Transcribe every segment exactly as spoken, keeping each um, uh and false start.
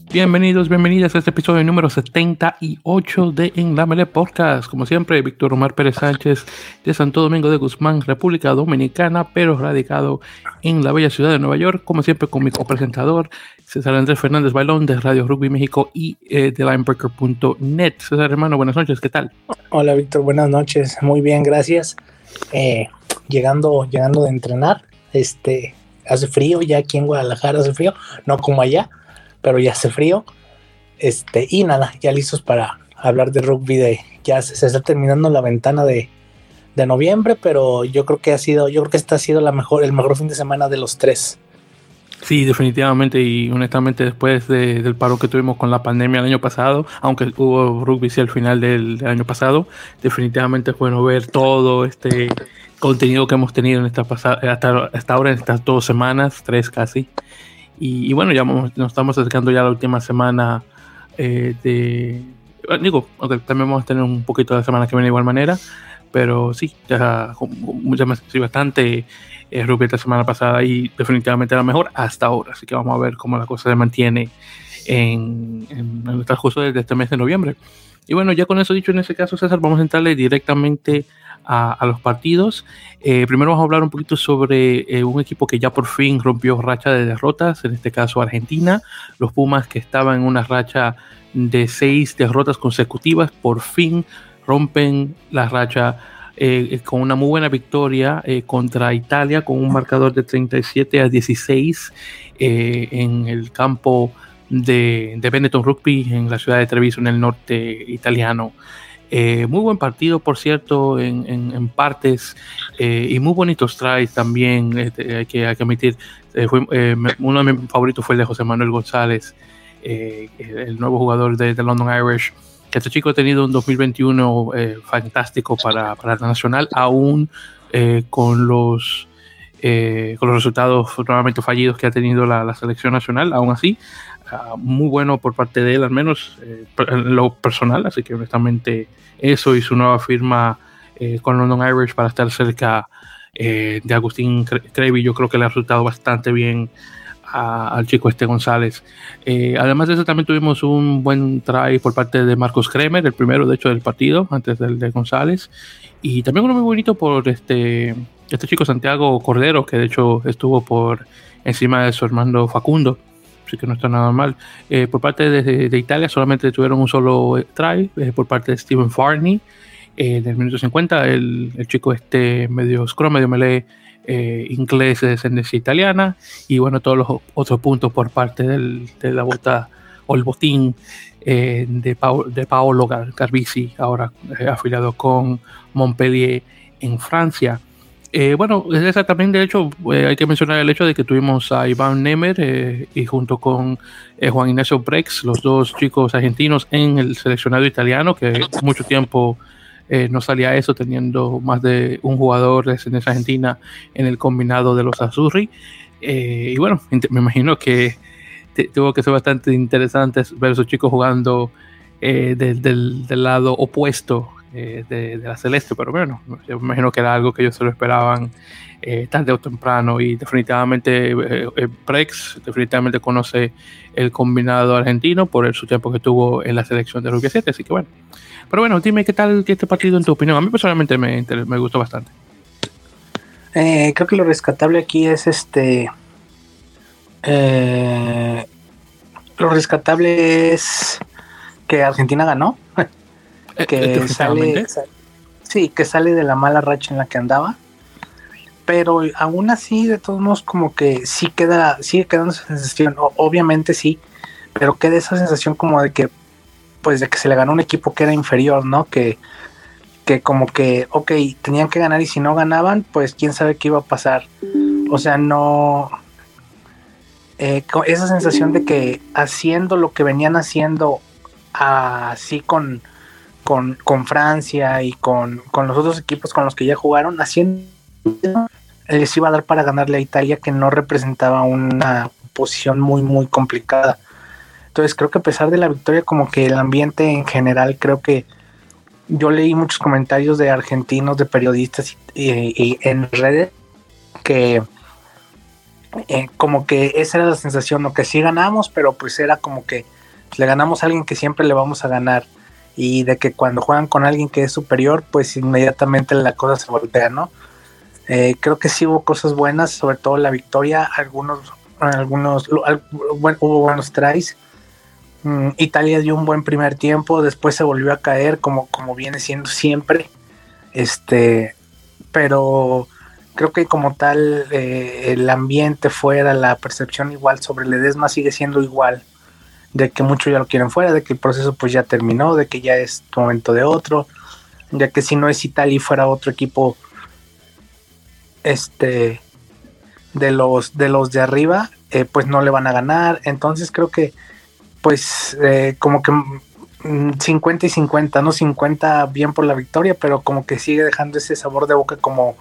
Bienvenidos, bienvenidas a este episodio número setenta y ocho de En la Mele Podcast. Como siempre, Víctor Omar Pérez Sánchez de Santo Domingo de Guzmán, República Dominicana, pero radicado en la bella ciudad de Nueva York. Como siempre, con mi copresentador, César Andrés Fernández Bailón de Radio Rugby México y eh, de Linebreaker punto net. César, hermano, buenas noches, ¿qué tal? Hola, Víctor, buenas noches. Muy bien, gracias. Eh, llegando, llegando de entrenar, este, hace frío, ya aquí en Guadalajara hace frío, no como allá, pero ya hace frío, este, y nada, ya listos para hablar de rugby. De, ya se, se está terminando la ventana de, de noviembre, pero yo creo que ha sido, yo creo que este ha sido la mejor, el mejor fin de semana de los tres. Sí, definitivamente, y honestamente después de, del paro que tuvimos con la pandemia el año pasado, aunque hubo rugby sí al final del, del año pasado, definitivamente es bueno ver todo este contenido que hemos tenido en esta pasada, hasta, hasta ahora, en estas dos semanas, tres casi. Y, y bueno, ya nos estamos acercando ya a la última semana eh, de... Digo, okay, también vamos a tener un poquito de la semana que viene de igual manera, pero sí, ya, ya me sí, bastante eh, rugby esta semana pasada y definitivamente era mejor hasta ahora. Así que vamos a ver cómo la cosa se mantiene en, en, en el transcurso de este mes de noviembre. Y bueno, ya con eso dicho, en ese caso, César, vamos a entrarle directamente a, a los partidos. Eh, primero vamos a hablar un poquito sobre eh, un equipo que ya por fin rompió racha de derrotas, en este caso Argentina. Los Pumas, que estaban en una racha de seis derrotas consecutivas, por fin rompen la racha eh, con una muy buena victoria eh, contra Italia, con un marcador de treinta y siete a dieciséis eh, en el campo de, de Benetton Rugby en la ciudad de Treviso, en el norte italiano. Eh, muy buen partido, por cierto, en, en, en partes, eh, y muy bonitos tries también, eh, hay, que, hay que admitir. Eh, fue, eh, uno de mis favoritos fue el de José Manuel González, eh, el nuevo jugador de, de London Irish, que este chico ha tenido un dos mil veintiuno eh, fantástico para, para la nacional, aún eh, con los eh, con los resultados nuevamente fallidos que ha tenido la, la selección nacional. Aún así, uh, muy bueno por parte de él, al menos eh, en lo personal, así que honestamente eso y su nueva firma eh, con London Irish para estar cerca eh, de Agustín Crevi, yo creo que le ha resultado bastante bien a, al chico este González. Eh, además de eso, también tuvimos un buen try por parte de Marcos Kremer, el primero de hecho del partido, antes del de González, y también uno muy bonito por este, este chico Santiago Cordero, que de hecho estuvo por encima de su hermano Facundo, así que no está nada mal. Eh, por parte de, de Italia solamente tuvieron un solo try, eh, por parte de Stephen Farney, eh, del minuto cincuenta, el, el chico este medio scrum, medio melee, Eh, inglés de descendencia italiana, y bueno, todos los otros puntos por parte del, de la bota o el botín eh, de, pa- de Paolo Gar- Garbisi, ahora eh, afiliado con Montpellier en Francia. Eh, bueno, esa también, de hecho, eh, hay que mencionar el hecho de que tuvimos a Iván Nemer eh, y junto con eh, Juan Ignacio Brex, los dos chicos argentinos en el seleccionado italiano, que mucho tiempo Eh, no salía eso, teniendo más de un jugador de descendencia argentina en el combinado de los Azzurri. Eh, y bueno, me imagino que te, tuvo que ser bastante interesante ver a esos chicos jugando eh, del, del, del lado opuesto eh, de, de la celeste, pero bueno, yo me imagino que era algo que ellos se lo esperaban eh, tarde o temprano, y definitivamente eh, eh, Brex definitivamente conoce el combinado argentino por el, su tiempo que tuvo en la selección de Rugby siete, así que bueno. Pero bueno, dime qué tal este partido en tu opinión. A mí personalmente me, me gustó bastante. Eh, creo que lo rescatable aquí es este. Eh, lo rescatable es que Argentina ganó. que sale, sí, que sale de la mala racha en la que andaba. Pero aún así, de todos modos, como que sí queda, sigue quedando esa sensación. O, obviamente sí, pero queda esa sensación como de que, pues, de que se le ganó un equipo que era inferior, ¿no? Que, que como que, ok, tenían que ganar y si no ganaban, pues quién sabe qué iba a pasar. O sea, no... Eh, esa sensación de que haciendo lo que venían haciendo así con, con, con Francia y con, con los otros equipos con los que ya jugaron, haciendo les iba a dar para ganarle a Italia, que no representaba una posición muy, muy complicada. Entonces creo que a pesar de la victoria, como que el ambiente en general, creo que yo leí muchos comentarios de argentinos, de periodistas y, y, y en redes que eh, como que esa era la sensación, ¿no? Que sí ganamos, pero pues era como que le ganamos a alguien que siempre le vamos a ganar, y de que cuando juegan con alguien que es superior, pues inmediatamente la cosa se voltea, ¿no? Eh, creo que sí hubo cosas buenas, sobre todo la victoria, algunos, algunos bueno, hubo buenos tries. Mm, Italia dio un buen primer tiempo, después se volvió a caer como, como viene siendo siempre, este, pero creo que como tal eh, el ambiente fuera, la percepción igual sobre Ledesma sigue siendo igual, de que muchos ya lo quieren fuera, de que el proceso pues ya terminó, de que ya es momento de otro, de que si no es Italia y fuera otro equipo este de los de los de arriba, eh, pues no le van a ganar. Entonces creo que pues eh, como que cincuenta y cincuenta, no cincuenta bien por la victoria, pero como que sigue dejando ese sabor de boca como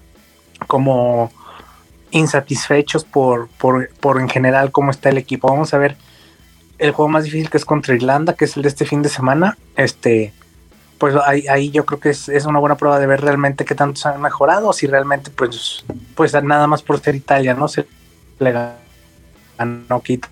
como insatisfechos por, por, por en general cómo está el equipo. Vamos a ver el juego más difícil, que es contra Irlanda, que es el de este fin de semana. Este, pues ahí, ahí yo creo que es, es una buena prueba de ver realmente qué tanto se han mejorado, o si realmente pues, pues nada más por ser Italia, ¿no? Se le ganó Quito.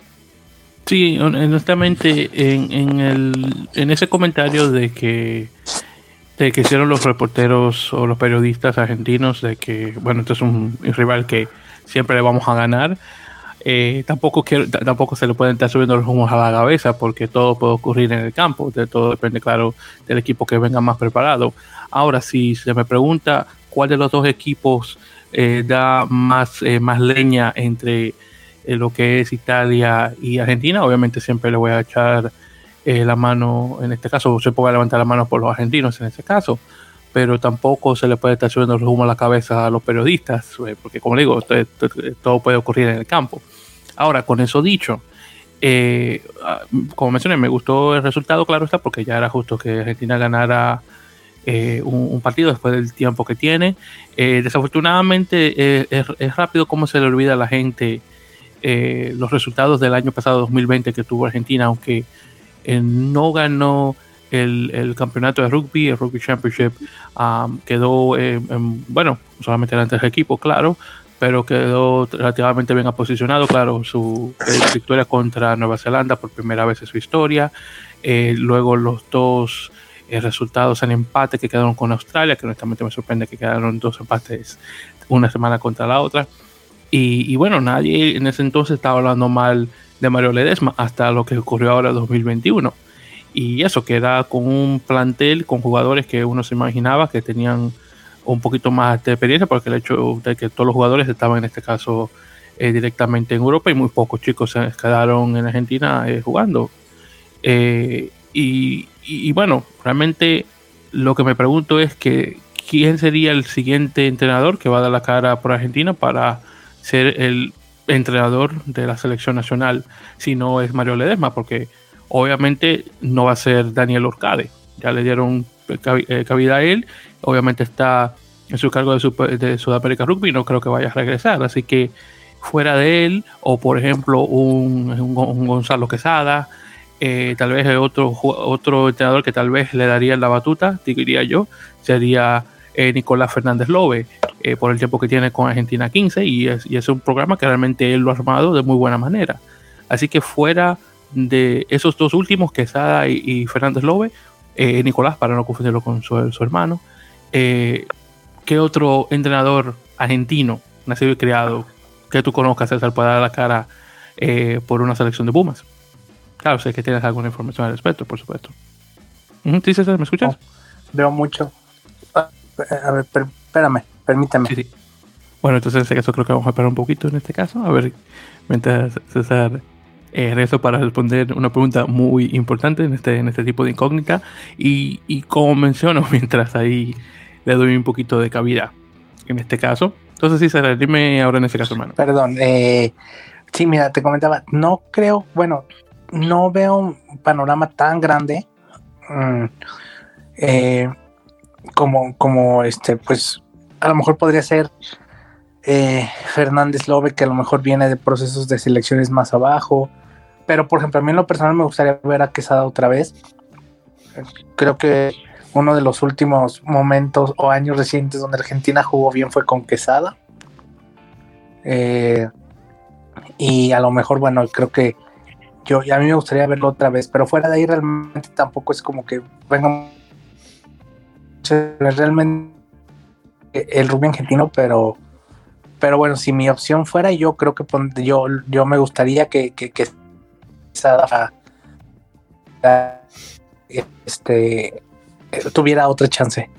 Sí, honestamente, en, en, el, en ese comentario de que, de que hicieron los reporteros o los periodistas argentinos, de que, bueno, este es un rival que siempre le vamos a ganar, eh, tampoco, quiero, t- tampoco se le pueden estar subiendo los humos a la cabeza, porque todo puede ocurrir en el campo, de todo depende, claro, del equipo que venga más preparado. Ahora, si se me pregunta cuál de los dos equipos eh, da más, eh, más leña entre lo que es Italia y Argentina, obviamente siempre le voy a echar eh, la mano, en este caso, se puede levantar la mano por los argentinos en este caso, pero tampoco se le puede estar subiendo el humo a la cabeza a los periodistas, eh, porque como le digo, todo, todo puede ocurrir en el campo. Ahora, con eso dicho, eh, como mencioné, me gustó el resultado, claro está, porque ya era justo que Argentina ganara eh, un, un partido después del tiempo que tiene. Eh, desafortunadamente, eh, es, es rápido como se le olvida a la gente Eh, los resultados del año pasado dos mil veinte que tuvo Argentina, aunque eh, no ganó el, el campeonato de rugby, el Rugby Championship, um, quedó, eh, en, bueno, solamente eran tres equipos, claro, pero quedó relativamente bien posicionado, claro, su eh, victoria contra Nueva Zelanda por primera vez en su historia, eh, luego los dos eh, resultados en empate que quedaron con Australia, que honestamente me sorprende que quedaron dos empates una semana contra la otra. Y, y bueno, nadie en ese entonces estaba hablando mal de Mario Ledesma hasta lo que ocurrió ahora en dos mil veintiuno. Y eso, que era con un plantel, con jugadores que uno se imaginaba que tenían un poquito más de experiencia, porque el hecho de que todos los jugadores estaban en este caso eh, directamente en Europa y muy pocos chicos se quedaron en Argentina eh, jugando. Eh, y, y, y bueno, realmente lo que me pregunto es que quién sería el siguiente entrenador que va a dar la cara por Argentina para ser el entrenador de la selección nacional, si no es Mario Ledesma, porque obviamente no va a ser Daniel Urcade, ya le dieron cabida a él, obviamente está en su cargo de, Super, de Sudamérica Rugby, no creo que vaya a regresar, así que fuera de él, o por ejemplo un, un, un Gonzalo Quesada, eh, tal vez otro, otro entrenador que tal vez le daría la batuta, diría yo, sería eh, Nicolás Fernández Lobe, Eh, por el tiempo que tiene con Argentina quince, y es, y es un programa que realmente él lo ha armado de muy buena manera. Así que fuera de esos dos últimos, Quesada y, y Fernández Lobe, eh, Nicolás, para no confundirlo con su, su hermano, eh, ¿qué otro entrenador argentino, nacido y criado, que tú conozcas, César, pueda dar la cara eh, por una selección de Pumas? Claro, sé que tienes alguna información al respecto, por supuesto. ¿Sí, César, me escuchas? Oh, veo mucho. A ver, per, espérame. Permítame. Sí, sí. Bueno, entonces en este caso creo que vamos a esperar un poquito en este caso, a ver, mientras César eh, regreso para responder una pregunta muy importante en este, en este tipo de incógnita, y, y como menciono, mientras ahí le doy un poquito de cabida en este caso. Entonces sí, César, dime ahora en este caso, hermano. Perdón, eh, sí, mira, te comentaba, no creo, bueno, no veo un panorama tan grande mmm, eh, como, como este, pues a lo mejor podría ser eh, Fernández Lobe, que a lo mejor viene de procesos de selecciones más abajo, pero por ejemplo a mí en lo personal me gustaría ver a Quesada otra vez. Creo que uno de los últimos momentos o años recientes donde Argentina jugó bien fue con Quesada, eh, y a lo mejor, bueno, creo que yo, a mí me gustaría verlo otra vez, pero fuera de ahí realmente tampoco es como que venga realmente el rugby argentino, pero pero bueno, si mi opción fuera, yo creo que pon, yo, yo me gustaría que, que, que esa, este, tuviera otra chance.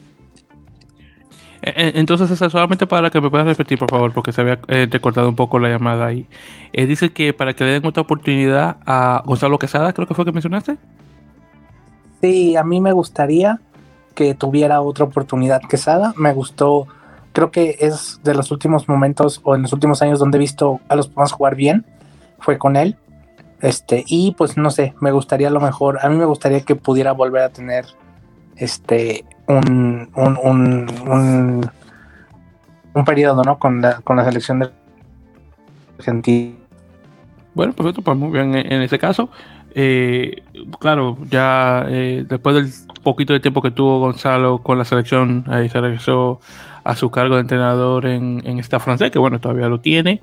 Entonces, solamente para que me puedas repetir, por favor, porque se había eh, recortado un poco la llamada ahí. Eh, dice que para que le den otra oportunidad a Gonzalo Quesada, creo que fue que mencionaste. Sí, a mí me gustaría que tuviera otra oportunidad Quesada. Me gustó, creo que es de los últimos momentos o en los últimos años donde he visto a los Pumas jugar bien, fue con él. Este, y pues no sé, me gustaría a lo mejor, a mí me gustaría que pudiera volver a tener este un un, un, un, un periodo, ¿no? Con la, con la selección de Argentina. Bueno, perfecto, pues muy bien en, en ese caso. Eh, claro, ya eh, después del poquito de tiempo que tuvo Gonzalo con la selección, ahí se regresó a su cargo de entrenador en, en esta francés, que bueno, todavía lo tiene.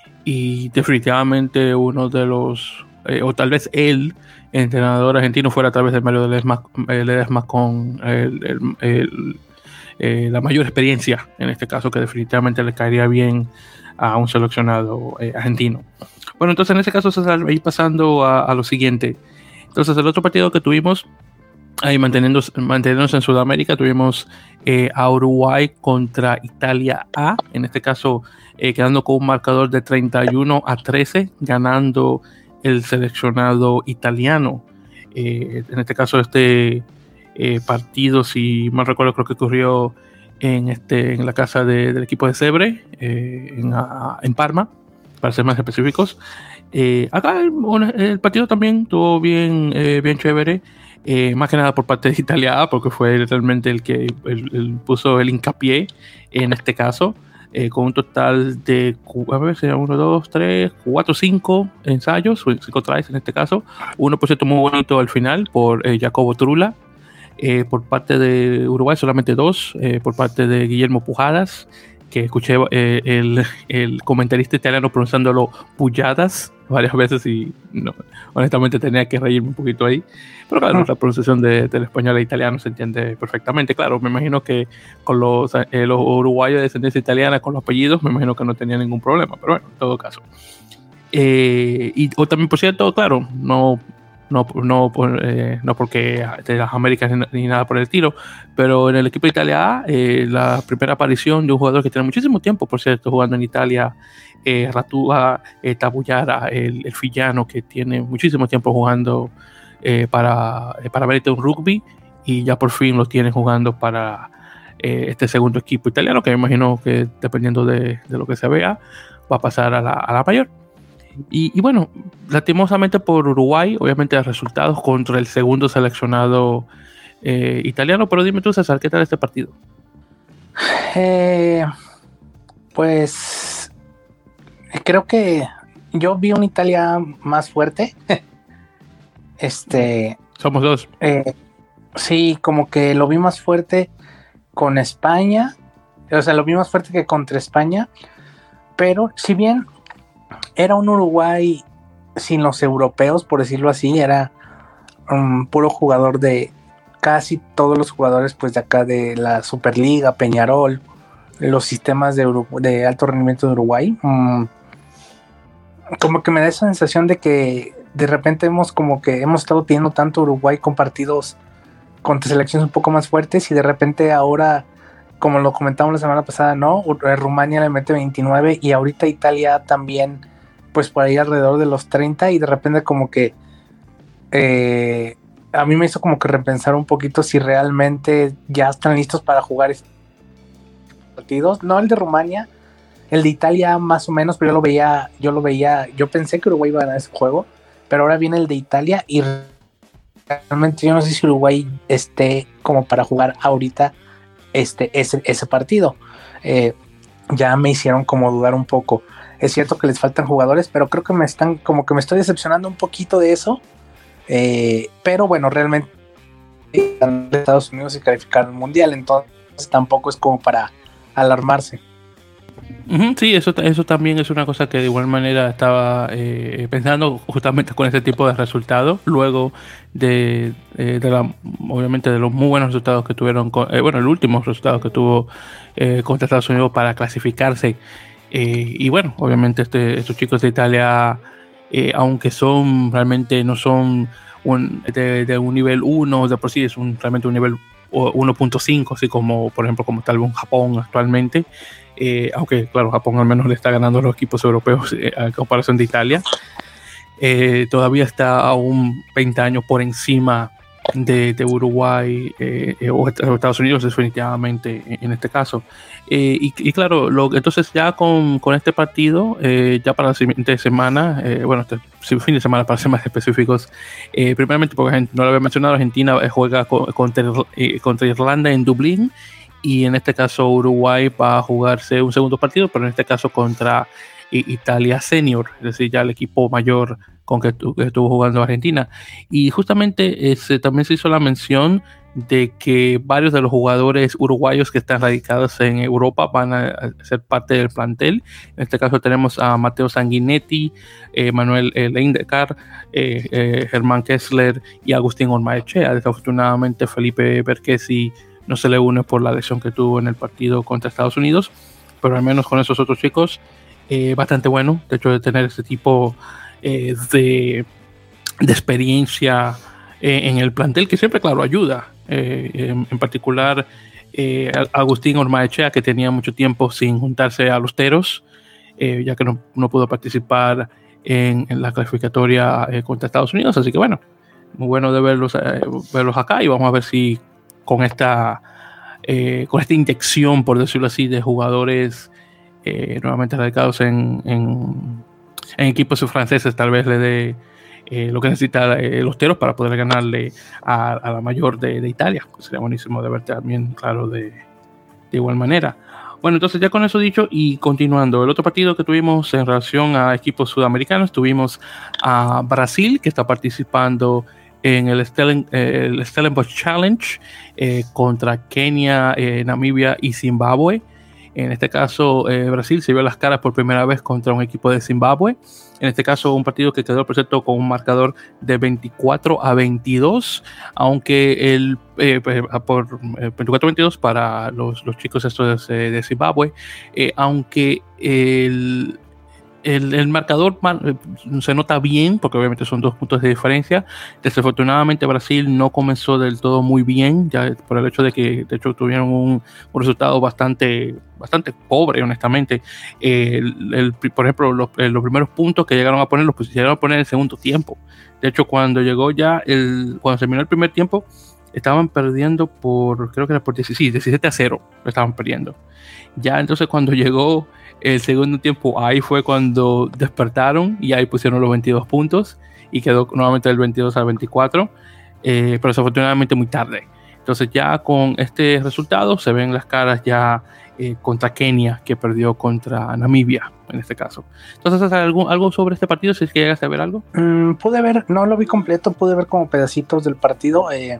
Y definitivamente uno de los, eh, o tal vez el entrenador argentino fuera a través de Mario Ledesma, Ledesma con el, el, el, eh, la mayor experiencia, en este caso, que definitivamente le caería bien a un seleccionado eh, argentino. Bueno, entonces en ese caso, César, ahí pasando a, a lo siguiente. Entonces, el otro partido que tuvimos, ahí manteniéndose, manteniéndose en Sudamérica, tuvimos eh, a Uruguay contra Italia A, en este caso eh, quedando con un marcador de treinta y uno a trece, ganando el seleccionado italiano. Eh, en este caso, este eh, partido, si mal recuerdo, creo que ocurrió en, este, en la casa de, del equipo de Cebre, eh, en, a, en Parma, para ser más específicos. Eh, acá el, el partido también estuvo bien, eh, bien chévere. Eh, más que nada por parte de Italia A, porque fue realmente el que el, el puso el hincapié en este caso, eh, con un total de, a ver, sería uno, dos, tres, cuatro, cinco ensayos, cinco tries en este caso. Uno, por cierto, muy bonito al final, por eh, Jacobo Trula. Eh, por parte de Uruguay, solamente dos, eh, por parte de Guillermo Pujadas, que escuché eh, el, el comentarista italiano pronunciándolo Pujadas varias veces y no, honestamente tenía que reírme un poquito ahí, pero claro, uh-huh. La pronunciación de, del español e italiano se entiende perfectamente. Claro, me imagino que con los, eh, los uruguayos de descendencia italiana, con los apellidos, me imagino que no tenía ningún problema, pero bueno, en todo caso. Eh, y o también, por cierto, claro, no No, no, eh, no porque de las Américas ni, ni nada por el estilo, pero en el equipo de Italia A, eh, la primera aparición de un jugador que tiene muchísimo tiempo, por cierto, jugando en Italia, eh, Ratúa eh, Tabullara, el, el fillano que tiene muchísimo tiempo jugando eh, para, eh, para Benetton Rugby, y ya por fin lo tiene jugando para eh, este segundo equipo italiano, que me imagino que dependiendo de, de lo que se vea, va a pasar a la, a la mayor. Y, y bueno, lastimosamente por Uruguay, obviamente resultados contra el segundo seleccionado eh, italiano, pero dime tú, César, ¿qué tal este partido? Eh, pues creo que yo vi una Italia más fuerte. este Somos dos. Eh, sí, como que lo vi más fuerte con España, o sea, lo vi más fuerte que contra España, pero si bien era un Uruguay sin los europeos, por decirlo así, era un puro jugador de casi todos los jugadores pues de acá de la Superliga, Peñarol, los sistemas de, Urugu- de alto rendimiento de Uruguay. Um, como que me da esa sensación de que de repente hemos como que hemos estado pidiendo tanto Uruguay con partidos contra selecciones un poco más fuertes y de repente ahora, como lo comentamos la semana pasada, no, Rumania le mete veintinueve y ahorita Italia también pues por ahí alrededor de los treinta, y de repente como que eh, a mí me hizo como que repensar un poquito si realmente ya están listos para jugar estos partidos. No el de Rumania, el de Italia más o menos, pero yo lo veía, yo lo veía, yo pensé que Uruguay iba a ganar ese juego, pero ahora viene el de Italia y realmente yo no sé si Uruguay esté como para jugar ahorita este, ese, ese partido. Eh, ya me hicieron como dudar un poco. Es cierto que les faltan jugadores, pero creo que me están, como que me estoy decepcionando un poquito de eso. Eh, pero bueno, realmente Estados Unidos se calificaron al mundial, entonces tampoco es como para alarmarse. Uh-huh, sí, eso, eso también es una cosa que de igual manera estaba eh, pensando justamente con ese tipo de resultados, luego de, eh, de la, obviamente de los muy buenos resultados que tuvieron, con, eh, bueno, el último resultado que tuvo eh, contra Estados Unidos para clasificarse. Eh, y bueno, obviamente este, estos chicos de Italia, eh, aunque son realmente no son un, de, de un nivel uno, de por sí es un, realmente un nivel uno punto cinco, así como por ejemplo como tal vez Japón actualmente. Eh, aunque claro, Japón al menos le está ganando a los equipos europeos eh, a comparación de Italia, eh, todavía está aún veinte años por encima de, de Uruguay eh, eh, o Estados Unidos definitivamente en, en este caso. Eh, y, y claro, lo, entonces ya con, con este partido, eh, ya para la siguiente semana, eh, bueno, este fin de semana para ser más específicos, eh, primeramente porque no lo había mencionado, Argentina juega contra, eh, contra Irlanda en Dublín, y en este caso Uruguay va a jugarse un segundo partido, pero en este caso contra Italia Senior, es decir, ya el equipo mayor con que, que estuvo jugando Argentina. Y justamente ese, también se hizo la mención de que varios de los jugadores uruguayos que están radicados en Europa van a ser parte del plantel. En este caso tenemos a Matteo Sanguinetti, eh, Manuel eh, Leindecker, eh, eh, Germán Kessler y Agustín Ormaechea. Desafortunadamente Felipe Berquesi no se le une por la lesión que tuvo en el partido contra Estados Unidos, pero al menos con esos otros chicos, eh, bastante bueno, de hecho, de tener este tipo eh, de, de experiencia eh, en el plantel, que siempre, claro, ayuda. Eh, en, en particular, eh, Agustín Ormaechea, que tenía mucho tiempo sin juntarse a los Teros, eh, ya que no, no pudo participar en, en la clasificatoria eh, contra Estados Unidos, así que bueno, muy bueno de verlos, eh, verlos acá, y vamos a ver si con esta, eh, con esta inyección, por decirlo así, de jugadores eh, nuevamente radicados en, en, en equipos franceses, tal vez le dé eh, lo que necesita eh, los Teros para poder ganarle a, a la mayor de, de Italia. Pues sería buenísimo de verte también, claro, de, de igual manera. Bueno, entonces ya con eso dicho y continuando, el otro partido que tuvimos en relación a equipos sudamericanos, tuvimos a Brasil, que está participando en el, Stellen, eh, el Stellenbosch Challenge eh, contra Kenia, eh, Namibia y Zimbabue. En este caso, eh, Brasil se vio las caras por primera vez contra un equipo de Zimbabue. En este caso, un partido que quedó, por cierto, con un marcador de veinticuatro a veintidós, aunque el eh, por eh, veinticuatro a veintidós para los, los chicos estos de, de Zimbabue, eh, aunque el El, el marcador man, se nota bien, porque obviamente son dos puntos de diferencia. Desafortunadamente Brasil no comenzó del todo muy bien, ya por el hecho de que de hecho tuvieron un, un resultado bastante, bastante pobre, honestamente. El, el, por ejemplo, los, los primeros puntos que llegaron a poner los pusieron a poner en el segundo tiempo. De hecho, cuando llegó ya, el, cuando terminó el primer tiempo, estaban perdiendo por, creo que era por diecisiete a cero, lo estaban perdiendo. Ya entonces cuando llegó el segundo tiempo, ahí fue cuando despertaron y ahí pusieron los veintidós puntos y quedó nuevamente del veintidós al veinticuatro, eh, pero desafortunadamente muy tarde. Entonces ya con este resultado se ven las caras ya eh, contra Kenia, que perdió contra Namibia en este caso. Entonces, ¿algo, algo sobre este partido? Si es que llegaste a ver algo. Mm, pude ver, no lo vi completo, pude ver como pedacitos del partido. Eh,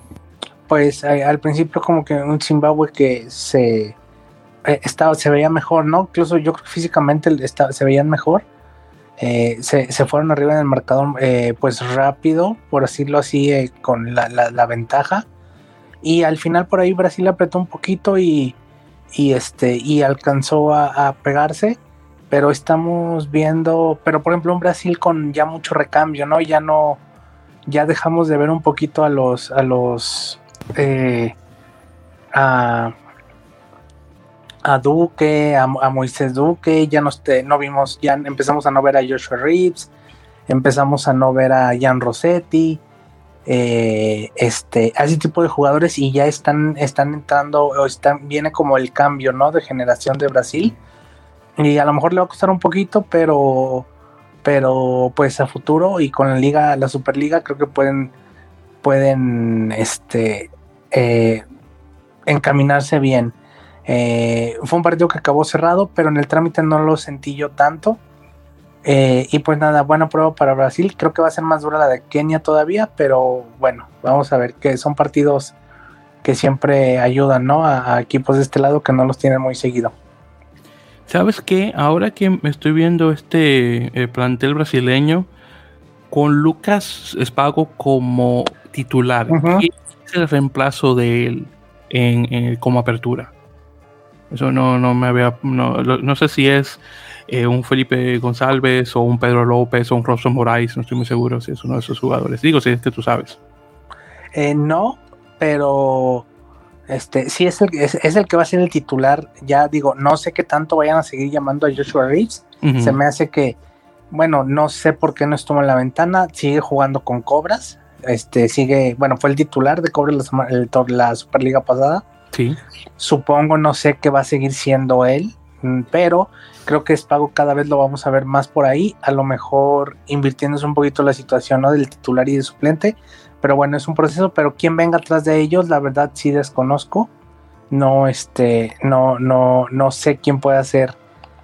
pues eh, al principio como que un Zimbabue que se... Eh, estaba, se veía mejor, ¿no? Incluso yo creo que físicamente está, se veían mejor. Eh, se, se fueron arriba en el marcador, eh, pues rápido, por decirlo así, eh, con la, la, la ventaja. Y al final por ahí Brasil apretó un poquito y, y, este, y alcanzó a, a pegarse. Pero estamos viendo, pero por ejemplo un Brasil con ya mucho recambio, ¿no? Ya no, ya dejamos de ver un poquito a los, a los, eh, a a Duque, a, a Moisés Duque, ya nos te, no vimos, ya empezamos a no ver a Joshua Reeves, empezamos a no ver a Jan Rossetti, eh, este, a ese tipo de jugadores, y ya están, están entrando, o están, viene como el cambio, ¿no? De generación de Brasil, y a lo mejor le va a costar un poquito, pero, pero pues a futuro y con la liga, la Superliga, creo que pueden, pueden, este, eh, encaminarse bien. Eh, fue un partido que acabó cerrado, pero en el trámite no lo sentí yo tanto. Eh, y pues nada, buena prueba para Brasil. Creo que va a ser más dura la de Kenia todavía, pero bueno, vamos a ver, que son partidos que siempre ayudan, ¿no? A, a equipos de este lado que no los tienen muy seguido. ¿Sabes qué? Ahora que estoy viendo este eh, plantel brasileño con Lucas Spago como titular, uh-huh. ¿Quién es el reemplazo de él en, en, como apertura? Eso no, no me había... No, no sé si es eh, un Felipe González o un Pedro López o un Robson Moraes, no estoy muy seguro si es uno de esos jugadores. Digo, si es que tú sabes. Eh, no, pero... Este, sí es el, es, es el que va a ser el titular. Ya digo, no sé qué tanto vayan a seguir llamando a Joshua Reeves. Uh-huh. Se me hace que, bueno, no sé por qué no estuvo en la ventana. Sigue jugando con Cobras. Este, sigue, bueno, fue el titular de Cobras la, el, la Superliga pasada. Sí. Supongo, no sé qué va a seguir siendo él, pero creo que Spago cada vez lo vamos a ver más por ahí. A lo mejor invirtiéndose un poquito la situación, ¿no?, del titular y del suplente. Pero bueno, es un proceso, pero quién venga atrás de ellos, la verdad sí desconozco. No, este, no, no, no sé quién puede hacer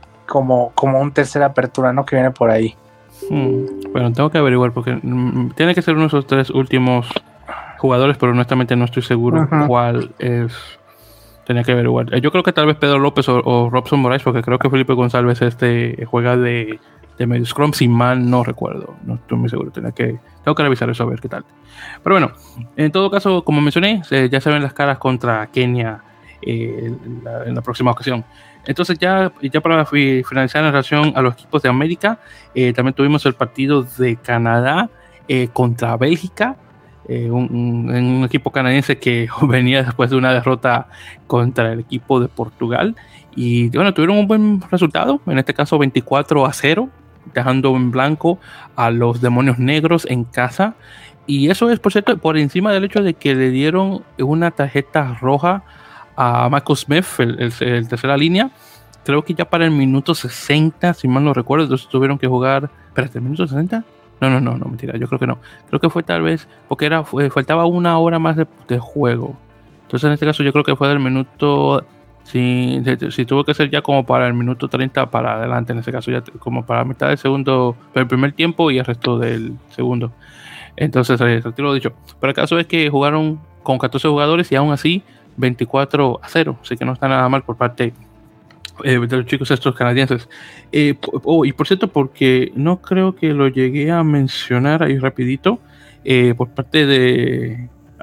como, como un tercera apertura, ¿no?, que viene por ahí. Hmm. Bueno, tengo que averiguar porque mm, tiene que ser uno de esos tres últimos jugadores, pero honestamente no estoy seguro uh-huh. cuál es. Tenía que averiguar. Yo creo que tal vez Pedro López o, o Robson Moraes, porque creo que Felipe González este juega de, de medio scrum, si mal no recuerdo. No estoy muy seguro. Tenía que, tengo que revisar eso a ver qué tal. Pero bueno, en todo caso, como mencioné, eh, ya se ven las caras contra Kenia eh, en, la, en la próxima ocasión. Entonces ya, ya para finalizar en relación a los equipos de América, eh, también tuvimos el partido de Canadá eh, contra Bélgica. Eh, un, un, un equipo canadiense que venía después de una derrota contra el equipo de Portugal y bueno, tuvieron un buen resultado, en este caso veinticuatro a cero, dejando en blanco a los Demonios Negros en casa, y eso es, por cierto, por encima del hecho de que le dieron una tarjeta roja a Michael Smith, el, el, el tercera línea, creo que ya para el minuto sesenta, si mal no recuerdo. Entonces tuvieron que jugar, espérate, ¿el minuto sesenta? No, no, no, no, mentira, yo creo que no. Creo que fue tal vez porque era, fue, faltaba una hora más de, de juego. Entonces en este caso yo creo que fue del minuto, si, si, si tuvo que ser ya como para el minuto treinta para adelante, en ese caso ya como para mitad del segundo, el primer tiempo y el resto del segundo. Entonces, eh, retiro lo dicho. Pero el caso es que jugaron con catorce jugadores y aún así veinticuatro a cero, así que no está nada mal por parte Eh, de los chicos estos canadienses. Eh, oh, y por cierto, porque no creo que lo llegué a mencionar ahí rapidito, eh, por parte de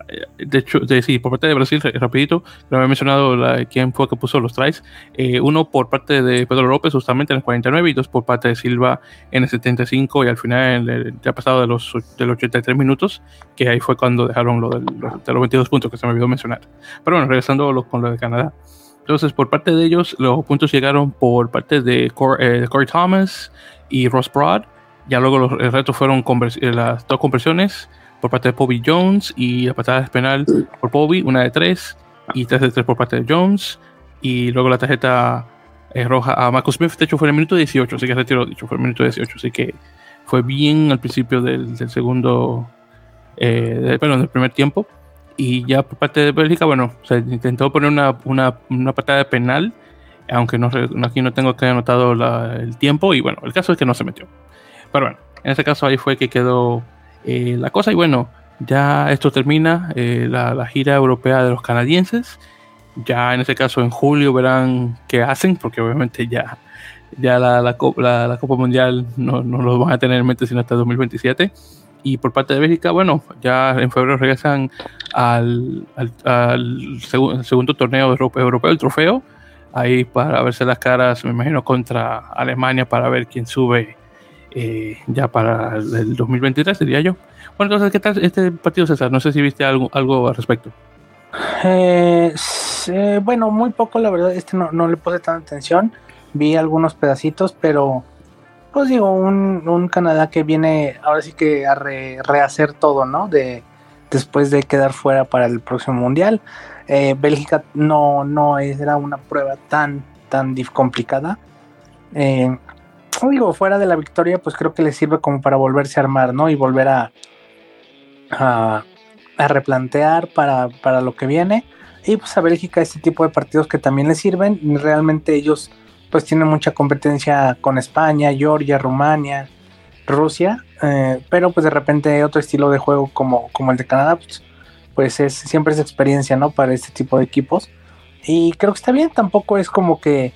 de hecho, de, sí, por parte de Brasil, rapidito, lo había mencionado la, quién fue que puso los tries, eh, uno por parte de Pedro López justamente en el cuarenta y nueve y dos por parte de Silva en el setenta y cinco y al final el, ya pasado de los, de los ochenta y tres minutos, que ahí fue cuando dejaron lo de los, de los veintidós puntos que se me olvidó mencionar. Pero bueno, regresando lo, con lo de Canadá. Entonces, por parte de ellos, los puntos llegaron por parte de Corey, eh, Corey Thomas y Ross Broad. Ya luego los, el resto fueron convers- las dos conversiones por parte de Bobby Jones y la patada de penal por Bobby, una de tres y tres de tres por parte de Jones. Y luego la tarjeta eh, roja a Marcus Smith, de hecho fue en el minuto dieciocho, así que retiro dicho, fue en el minuto dieciocho, así que fue bien al principio del, del segundo, eh, de, perdón, del primer tiempo. Y ya por parte de Bélgica, bueno, se intentó poner una, una, una patada de penal, aunque no, aquí no tengo que anotado la, el tiempo, y bueno, el caso es que no se metió. Pero bueno, en ese caso ahí fue que quedó eh, la cosa, y bueno, ya esto termina eh, la, la gira europea de los canadienses. Ya en ese caso en julio verán qué hacen, porque obviamente ya, ya la, la, la, la Copa Mundial no, no lo van a tener en mente sino hasta dos mil veintisiete. Y por parte de Bélgica, bueno, ya en febrero regresan al, al, al seg- segundo torneo europeo, el trofeo, ahí para verse las caras, me imagino, contra Alemania para ver quién sube eh, ya para el, el dos mil veintitrés, diría yo. Bueno, entonces, ¿qué tal este partido, César? No sé si viste algo, algo al respecto. Eh, eh, bueno, muy poco, la verdad, este no, no le puse tanta atención. Vi algunos pedacitos, pero... pues digo, un, un Canadá que viene ahora sí que a re, rehacer todo, ¿no? De, después de quedar fuera para el próximo Mundial. Eh, Bélgica no, no era una prueba tan, tan complicada. Eh, digo, fuera de la victoria, pues creo que le sirve como para volverse a armar, ¿no? Y volver a, a, a replantear para, para lo que viene. Y pues a Bélgica este tipo de partidos que también le sirven. Realmente ellos... pues tiene mucha competencia con España, Georgia, Rumania, Rusia, eh, pero pues de repente otro estilo de juego como, como el de Canadá, pues, pues es, siempre es experiencia, ¿no? Para este tipo de equipos, y creo que está bien, tampoco es como que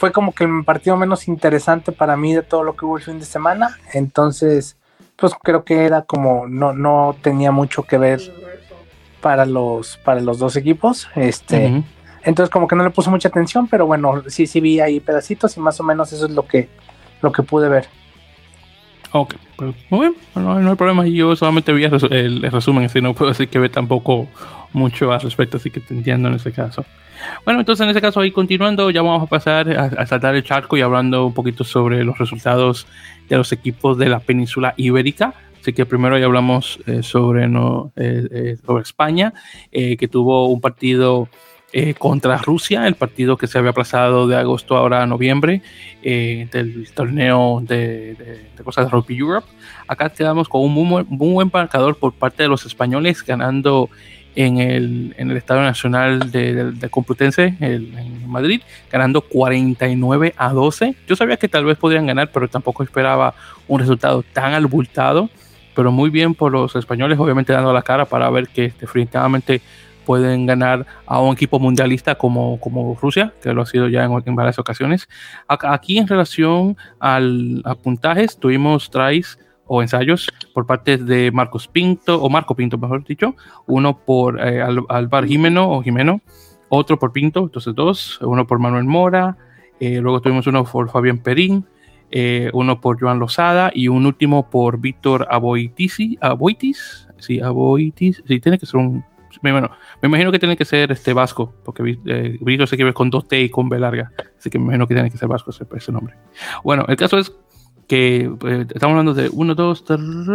fue como que el partido menos interesante para mí de todo lo que hubo el fin de semana. Entonces, pues creo que era como, no, no tenía mucho que ver para los, para los dos equipos. Este, uh-huh. Entonces como que no le puse mucha atención, pero bueno, sí, sí vi ahí pedacitos y más o menos eso es lo que, lo que pude ver. Ok, pues muy bien, no, no hay problema. Yo solamente vi el, el, el resumen, así no puedo decir que ve tampoco mucho al respecto, así que te entiendo en ese caso. Bueno, entonces en ese caso ahí continuando, ya vamos a pasar a, a saltar el charco y hablando un poquito sobre los resultados de los equipos de la península ibérica. Así que primero ya hablamos eh, sobre, no, eh, eh, sobre España, eh, que tuvo un partido eh, contra Rusia, el partido que se había aplazado de agosto ahora a noviembre, eh, del torneo de, de, de cosas de Rugby Europe. Acá quedamos con un muy, muy buen marcador por parte de los españoles, ganando en el, en el Estadio Nacional de, de, de Complutense, el, en Madrid, ganando cuarenta y nueve a doce. Yo sabía que tal vez podrían ganar, pero tampoco esperaba un resultado tan abultado. Pero muy bien por los españoles, obviamente dando la cara para ver que definitivamente pueden ganar a un equipo mundialista como, como Rusia, que lo ha sido ya en, en varias ocasiones. Aquí en relación al, a puntajes, tuvimos tries o ensayos por parte de Marcos Pinto, o Marco Pinto mejor dicho, uno por eh, Álvaro Jimeno o Jimeno, otro por Pinto, entonces dos, uno por Manuel Mora, eh, luego tuvimos uno por Fabián Perín, Eh, uno por Joan Lozada y un último por Víctor Aboitisi, Aboitis, sí, Aboitis, sí, tiene que ser un, bueno, me imagino que tiene que ser este vasco, porque eh, Víctor se escribe con dos T y con B larga, así que me imagino que tiene que ser vasco ese, ese nombre. Bueno, el caso es que eh, estamos hablando de uno, dos,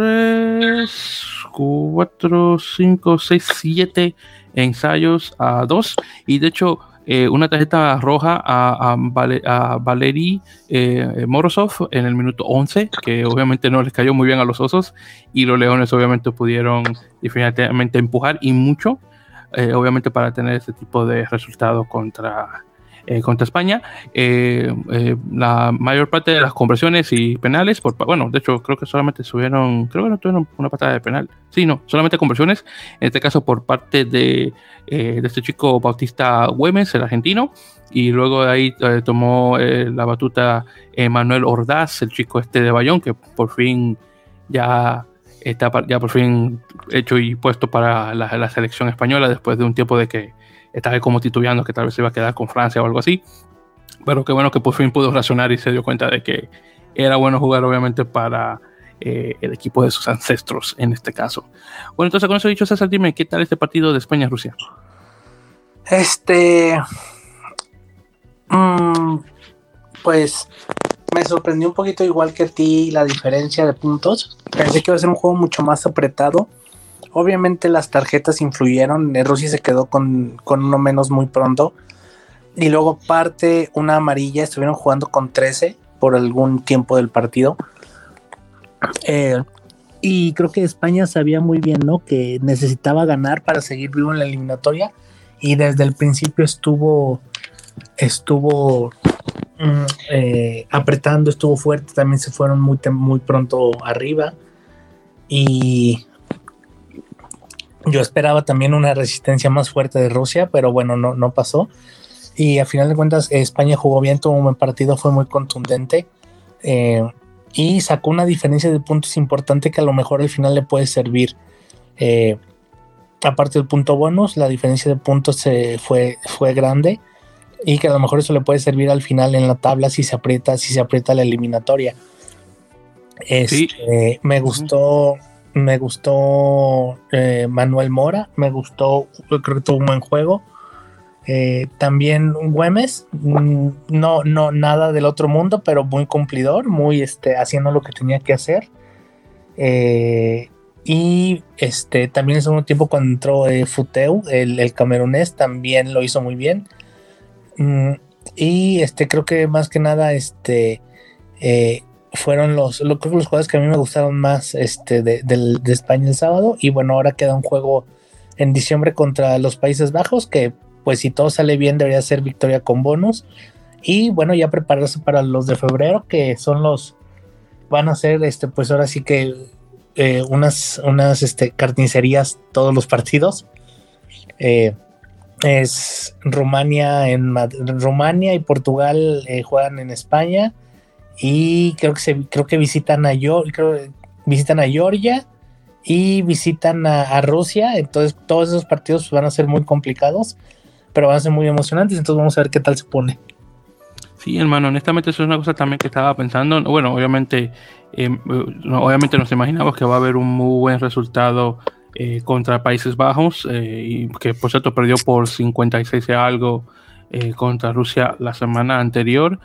tres, cuatro, cinco, seis, siete ensayos a dos, y de hecho Eh, una tarjeta roja a, a, Vale, a Valery eh, Morozov en el minuto once, que obviamente no les cayó muy bien a los osos, y los leones obviamente pudieron definitivamente empujar y mucho, eh, obviamente para tener ese tipo de resultado contra, eh, contra España. Eh, eh, la mayor parte de las conversiones y penales, por, bueno, de hecho creo que solamente subieron, creo que no tuvieron una patada de penal, sí, no, solamente conversiones, en este caso por parte de Eh, de este chico Bautista Güemes, el argentino, y luego de ahí eh, tomó eh, la batuta eh, Manuel Ordaz, el chico este de Bayón, que por fin ya está ya por fin hecho y puesto para la, la selección española después de un tiempo de que estaba como titubeando que tal vez se iba a quedar con Francia o algo así, pero qué bueno que por fin pudo razonar y se dio cuenta de que era bueno jugar obviamente para Eh, el equipo de sus ancestros en este caso. Bueno, entonces con eso dicho, César, dime, ¿qué tal este partido de España-Rusia? Este mmm, pues me sorprendió un poquito igual que a ti la diferencia de puntos. Pensé que iba a ser un juego mucho más apretado. Obviamente las tarjetas influyeron. Rusia se quedó con, con uno menos muy pronto, y luego aparte una amarilla, estuvieron jugando con trece por algún tiempo del partido. Eh, y creo que España sabía muy bien, ¿no?, que necesitaba ganar para seguir vivo en la eliminatoria, y desde el principio estuvo estuvo mm, eh, apretando, estuvo fuerte, también se fueron muy, muy pronto arriba, y yo esperaba también una resistencia más fuerte de Rusia, pero bueno, no, no pasó, y a final de cuentas España jugó bien, tuvo un buen partido, fue muy contundente, eh, y sacó una diferencia de puntos importante que a lo mejor al final le puede servir. Eh, aparte del punto bonus, la diferencia de puntos se fue, fue grande, y que a lo mejor eso le puede servir al final en la tabla si se aprieta, si se aprieta la eliminatoria. Este, sí. Me gustó, me gustó eh, Manuel Mora, me gustó, creo que tuvo un buen juego. Eh, también Güemes, no, no nada del otro mundo, pero muy cumplidor, muy este, haciendo lo que tenía que hacer. Eh, y este, también en el segundo tiempo cuando entró eh, Futeu, el, el camerunés, también lo hizo muy bien. Mm, y este, creo que más que nada este, eh, fueron los, lo, creo que los jugadores que a mí me gustaron más este, de, de, de España el sábado. Y bueno, ahora queda un juego en diciembre contra los Países Bajos, que pues si todo sale bien debería ser victoria con bonus, y bueno, ya prepararse para los de febrero, que son los, van a ser este, pues ahora sí que eh, unas, unas este, carnicerías todos los partidos, eh, es Rumania en Rumania y Portugal eh, juegan en España, y creo que se creo que visitan a yo creo visitan a Georgia y visitan a, a Rusia. Entonces todos esos partidos van a ser muy complicados, pero van a ser muy emocionantes. Entonces vamos a ver qué tal se pone. Sí, hermano, honestamente eso es una cosa también que estaba pensando. Bueno, obviamente eh, obviamente nos imaginamos que va a haber un muy buen resultado eh, contra Países Bajos, eh, y que por cierto perdió por cincuenta y seis y algo eh, contra Rusia la semana anterior.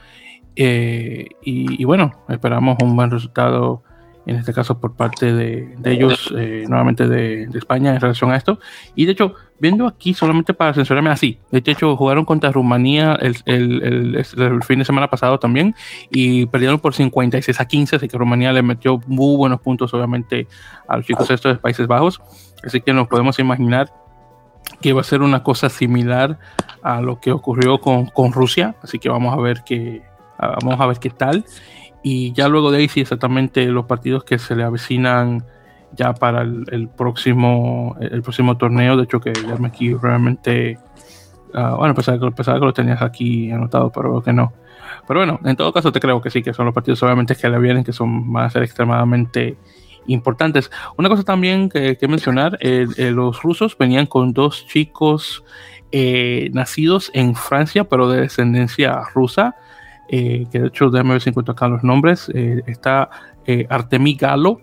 Eh, y, y bueno, esperamos un buen resultado en este caso por parte de, de ellos, eh, nuevamente de, de España en relación a esto. Y de hecho, viendo aquí solamente para censurarme así, de hecho jugaron contra Rumanía el, el, el, el fin de semana pasado también y perdieron por cincuenta y seis a quince, así que Rumanía le metió muy buenos puntos obviamente a los chicos estos de Países Bajos, así que nos podemos imaginar que va a ser una cosa similar a lo que ocurrió con, con Rusia, así que vamos a ver qué vamos a ver qué tal. Y ya luego de ahí sí exactamente los partidos que se le avecinan ya para el, el próximo el próximo torneo. De hecho que ya me aquí realmente uh, bueno, pensaba que, pensaba que lo tenías aquí anotado, pero que no. Pero bueno, en todo caso te creo que sí, que son los partidos obviamente que le vienen, que son, van a ser extremadamente importantes. Una cosa también que, que mencionar, eh, eh, los rusos venían con dos chicos eh, nacidos en Francia pero de descendencia rusa. Eh, que de hecho déjame ver si encuentro acá los nombres. Eh, está eh, Artemi Galo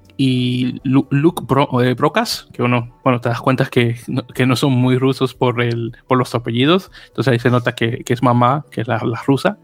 y Lu- Luke Bro- eh, Brokas, que uno, bueno, te das cuenta que no, que no son muy rusos por, el, por los apellidos, entonces ahí se nota que, que es mamá, que es la, la rusa.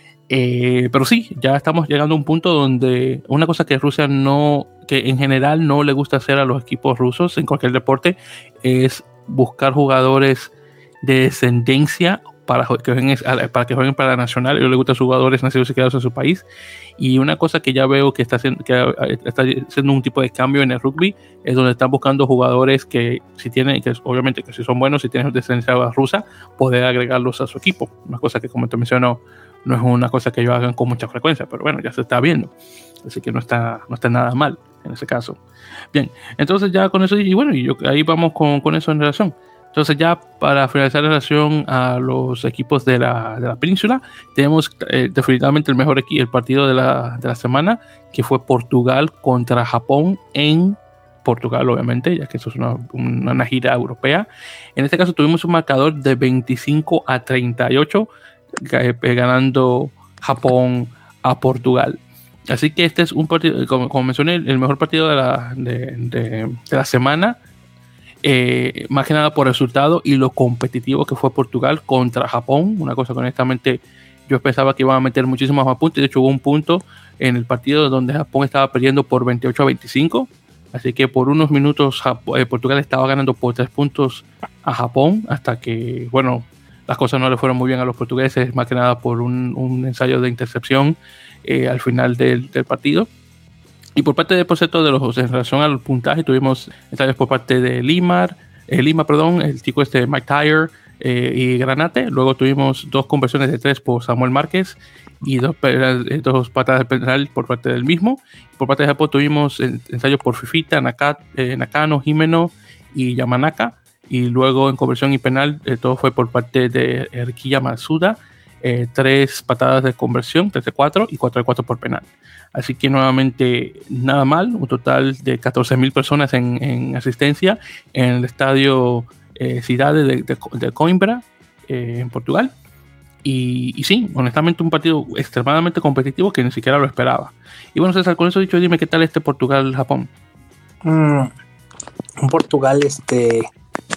Eh, pero sí, ya estamos llegando a un punto donde una cosa que Rusia no, que en general no le gusta hacer a los equipos rusos en cualquier deporte, es buscar jugadores de descendencia para que jueguen para que jueguen para la nacional. A ellos les gustan jugadores nacidos y criados en su país. Y una cosa que ya veo que está haciendo, que está haciendo un tipo de cambio en el rugby es donde están buscando jugadores que si tienen, que obviamente que si son buenos, si tienen descendencia rusa, poder agregarlos a su equipo. Una cosa que, como te menciono, no es una cosa que ellos hagan con mucha frecuencia, pero bueno, ya se está viendo. Así que no está, no está nada mal en ese caso. Bien, entonces ya con eso, y bueno, y yo, ahí vamos con, con eso en relación. Entonces ya para finalizar en relación a los equipos de la, de la península, tenemos eh, definitivamente el mejor equipo, el partido de la, de la semana, que fue Portugal contra Japón en Portugal, obviamente, ya que eso es una, una gira europea. En este caso tuvimos un marcador de veinticinco a treinta y ocho, eh, ganando Japón a Portugal. Así que este es un partido, como, como mencioné, el mejor partido de la, de, de, de la semana. Eh, más que nada por resultado y lo competitivo que fue Portugal contra Japón, una cosa que honestamente yo pensaba que iban a meter muchísimos más puntos. De hecho hubo un punto en el partido donde Japón estaba perdiendo por veintiocho a veinticinco, así que por unos minutos Japón, eh, Portugal estaba ganando por tres puntos a Japón, hasta que bueno, las cosas no le fueron muy bien a los portugueses, más que nada por un, un ensayo de intercepción eh, al final del, del partido. Y por parte de por cierto, de los, en relación al puntaje, tuvimos ensayos por parte de Lima, eh, Lima, perdón, el chico este Mike Tyre eh, y Granate. Luego tuvimos dos conversiones de tres por Samuel Márquez y dos, dos patadas de penal por parte del mismo. Por parte de Japón tuvimos ensayos por Fifita, Naka, eh, Nakano, Jimeno y Yamanaka. Y luego en conversión y penal, eh, todo fue por parte de Erquilla Matsuda. Eh, tres patadas de conversión, tres de cuatro y cuatro de cuatro por penal. Así que nuevamente nada mal, un total de catorce mil personas en, en asistencia en el estadio eh, Cidade de, de, de Coimbra, eh, en Portugal. Y, y sí, honestamente un partido extremadamente competitivo que ni siquiera lo esperaba. Y bueno, César, con eso dicho, dime qué tal este Portugal-Japón. Mm, un Portugal, este...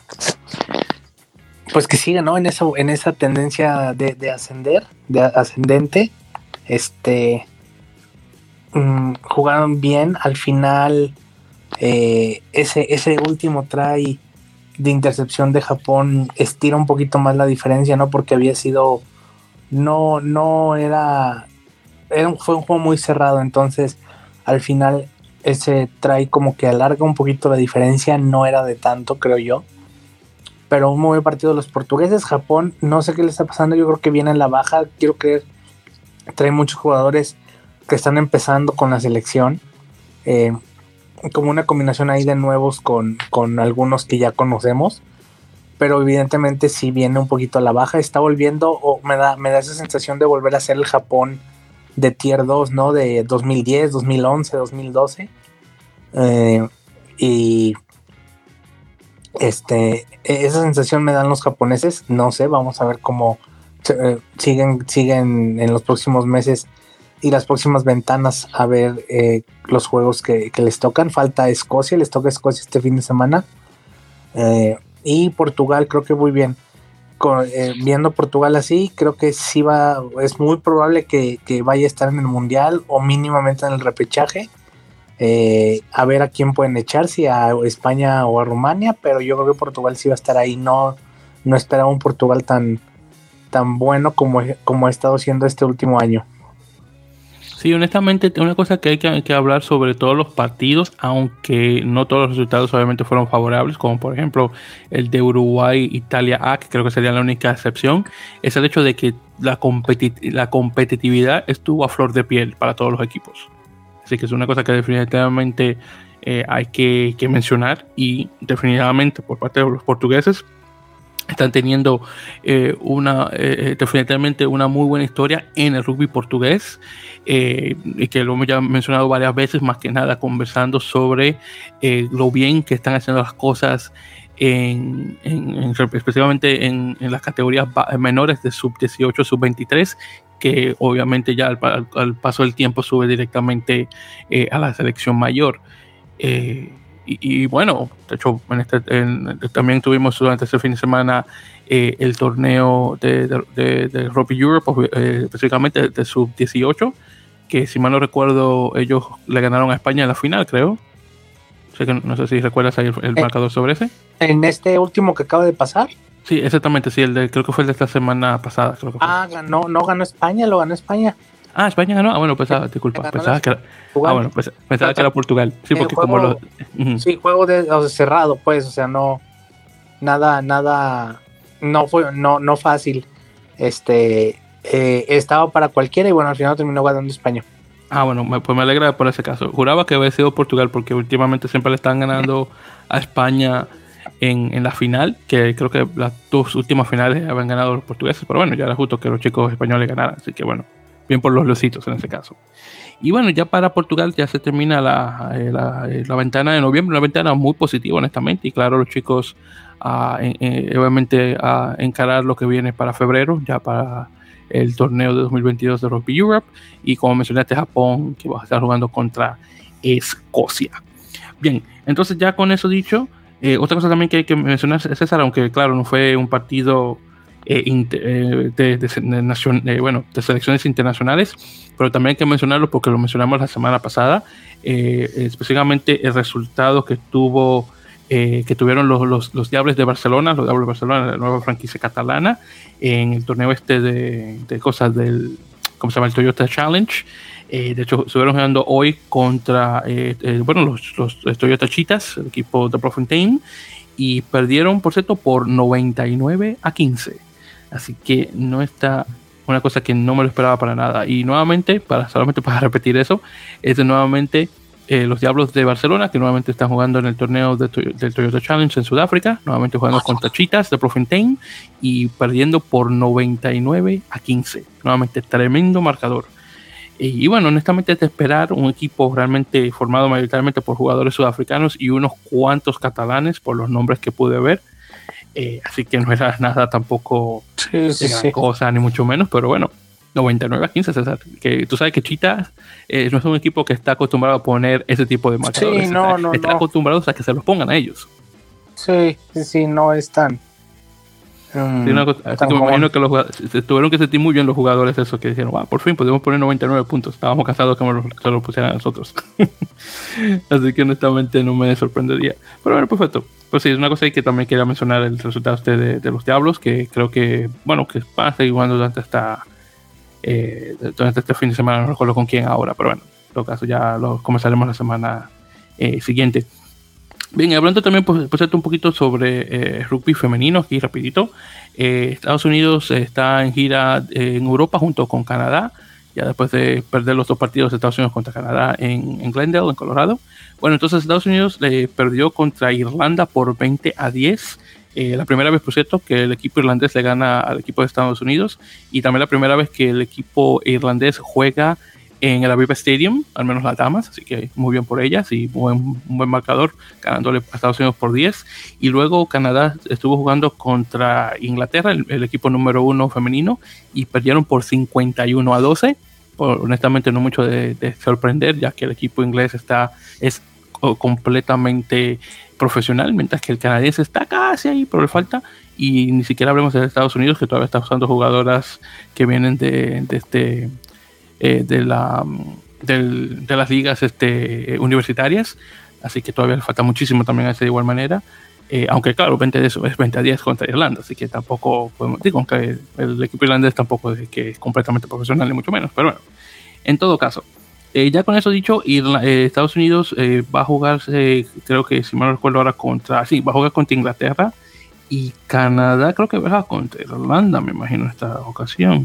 pues que sigue, ¿no? En eso, en esa tendencia de, de ascender, de ascendente. Este... Mm, jugaron bien al final. eh, ese, ese último try de intercepción de Japón estira un poquito más la diferencia, ¿no? Porque había sido no, no era, era un, fue un juego muy cerrado, entonces al final ese try como que alarga un poquito la diferencia, no era de tanto, creo yo, pero un muy buen partido de los portugueses. Japón, no sé qué le está pasando, yo creo que viene en la baja, quiero creer, trae muchos jugadores que están empezando con la selección, eh, como una combinación ahí de nuevos con, con algunos que ya conocemos, pero evidentemente sí viene un poquito a la baja, está volviendo, o me da, me da esa sensación de volver a ser el Japón de Tier dos, ¿no? De dos mil diez, dos mil once, dos mil doce. Eh, y este, esa sensación me dan los japoneses, no sé, vamos a ver cómo eh, siguen, siguen en los próximos meses y las próximas ventanas a ver eh, los juegos que, que les tocan. Falta Escocia, les toca Escocia este fin de semana. Eh, y Portugal, creo que muy bien. Con, eh, viendo Portugal así, creo que sí va, es muy probable que, que vaya a estar en el Mundial o mínimamente en el repechaje. Eh, a ver a quién pueden echar, si a España o a Rumania, pero yo creo que Portugal sí va a estar ahí. No, no esperaba un Portugal tan, tan bueno como, como ha estado siendo este último año. Sí, honestamente, una cosa que hay que, hay que hablar sobre todos los partidos, aunque no todos los resultados obviamente fueron favorables, como por ejemplo el de Uruguay-Italia A, que creo que sería la única excepción, es el hecho de que la, competi- la competitividad estuvo a flor de piel para todos los equipos. Así que es una cosa que definitivamente eh, hay que, que mencionar, y definitivamente por parte de los portugueses están teniendo eh, una eh, definitivamente una muy buena historia en el rugby portugués, eh, y que lo hemos ya mencionado varias veces, más que nada conversando sobre eh, lo bien que están haciendo las cosas en, en, en, específicamente en, en las categorías menores de sub dieciocho, sub veintitrés, que obviamente ya al, al, al paso del tiempo sube directamente eh, a la selección mayor. Eh, Y, y bueno, de hecho, en este, en, también tuvimos durante este fin de semana eh, el torneo de, de, de, de Rugby Europe, eh, específicamente de sub dieciocho, que si mal no recuerdo, ellos le ganaron a España en la final, creo. O sea que no, no sé si recuerdas ahí el, el eh, marcador sobre ese. ¿En este último que acaba de pasar? Sí, exactamente, sí, el de, creo que fue el de esta semana pasada. Creo que fue. Ah, ganó, no ganó España, lo ganó España. Ah, España ganó. Ah, bueno, pensaba, disculpa. Pensaba que era, ah, bueno, pues, pensaba que era Portugal. Sí, porque juego, como los. Uh-huh. Sí, juego de, o sea, cerrado, pues, o sea, no. Nada, nada. No fue, no, no fácil. Este. Eh, estaba para cualquiera y bueno, al final terminó ganando España. Ah, bueno, pues me alegra por ese caso. Juraba que había sido Portugal porque últimamente siempre le están ganando a España en, en la final, que creo que las dos últimas finales habían ganado los portugueses, pero bueno, ya era justo que los chicos españoles ganaran, así que bueno. Bien por los lositos en ese caso. Y bueno, ya para Portugal ya se termina la, la, la ventana de noviembre, una ventana muy positiva honestamente, y claro, los chicos uh, en, en, obviamente a uh, encarar lo que viene para febrero, ya para el torneo de dos mil veintidós de Rugby Europe, y como mencionaste, Japón, que va a estar jugando contra Escocia. Bien, entonces ya con eso dicho, eh, otra cosa también que hay que mencionar, César, aunque claro, no fue un partido Eh, inter, eh, de, de, de, nacion, eh, bueno, de selecciones internacionales, pero también hay que mencionarlo porque lo mencionamos la semana pasada, eh, específicamente el resultado que tuvo eh, que tuvieron los, los, los Diables de Barcelona, los Diables de Barcelona, la nueva franquicia catalana, en el torneo este de, de cosas del, ¿cómo se llama? El Toyota Challenge. Eh, de hecho, estuvieron jugando hoy contra eh, eh, bueno, los, los, los Toyota Cheetahs, el equipo de Bloemfontein, y perdieron, por cierto, por noventa y nueve a quince. Así que no está una cosa que no me lo esperaba para nada. Y nuevamente, para solamente para repetir eso, es de nuevamente eh, los Diablos de Barcelona, que nuevamente están jugando en el torneo de, del Toyota Challenge en Sudáfrica, nuevamente jugando contra Cheetahs de Bloemfontein y perdiendo por noventa y nueve a quince. Nuevamente, tremendo marcador. Y, y bueno, honestamente es de esperar un equipo realmente formado mayoritariamente por jugadores sudafricanos y unos cuantos catalanes por los nombres que pude ver. Eh, así que no era nada tampoco sí, sí, de gran sí. cosa, ni mucho menos, pero bueno, noventa y nueve a quince, César. Que tú sabes que Cheetahs eh, no es un equipo que está acostumbrado a poner ese tipo de marcadores. Sí, no, no, Están no. acostumbrados a que se los pongan a ellos. Sí, sí, sí, no es tan. Um, sí, una cosa, así que me imagino que los se tuvieron que sentir muy bien los jugadores, eso que dijeron, wow, por fin podemos poner noventa y nueve puntos. Estábamos cansados que nos lo, lo pusieran a nosotros. Así que honestamente no me sorprendería. Pero bueno, perfecto. Pues sí, es una cosa que también quería mencionar el resultado este de, de los Diablos, que creo que, bueno, que van a seguir jugando durante esta eh, durante este fin de semana, no recuerdo con quién ahora, pero bueno, en todo caso ya lo comenzaremos la semana eh, siguiente. Bien, hablando también pues, pues un poquito sobre eh, rugby femenino, aquí rapidito. Eh, Estados Unidos está en gira eh, en Europa junto con Canadá, ya después de perder los dos partidos de Estados Unidos contra Canadá en, en Glendale, en Colorado. Bueno, entonces Estados Unidos le perdió contra Irlanda por veinte a diez Eh, la primera vez, por cierto, que el equipo irlandés le gana al equipo de Estados Unidos, y también la primera vez que el equipo irlandés juega en el Aviva Stadium, al menos las damas, así que muy bien por ellas y buen, un buen marcador, ganándole a Estados Unidos por diez. Y luego Canadá estuvo jugando contra Inglaterra, el, el equipo número uno femenino, y perdieron por cincuenta y uno a doce. Por, honestamente no mucho de, de sorprender, ya que el equipo inglés está es completamente profesional, mientras que el canadiense está casi ahí, pero le falta. Y ni siquiera hablemos de Estados Unidos, que todavía está usando jugadoras que vienen de, de este eh, de la del, de las ligas este, universitarias, así que todavía le falta muchísimo también a ese de igual manera. Eh, aunque claro, veinte de eso es veinte a diez contra Irlanda, así que tampoco podemos decir, aunque el equipo irlandés tampoco es que es completamente profesional ni mucho menos, pero bueno, en todo caso, eh, ya con eso dicho, Irla, eh, Estados Unidos eh, va a jugarse, creo que si mal no recuerdo ahora contra, sí, va a jugar contra Inglaterra, y Canadá creo que va a jugar contra Irlanda, me imagino, en esta ocasión.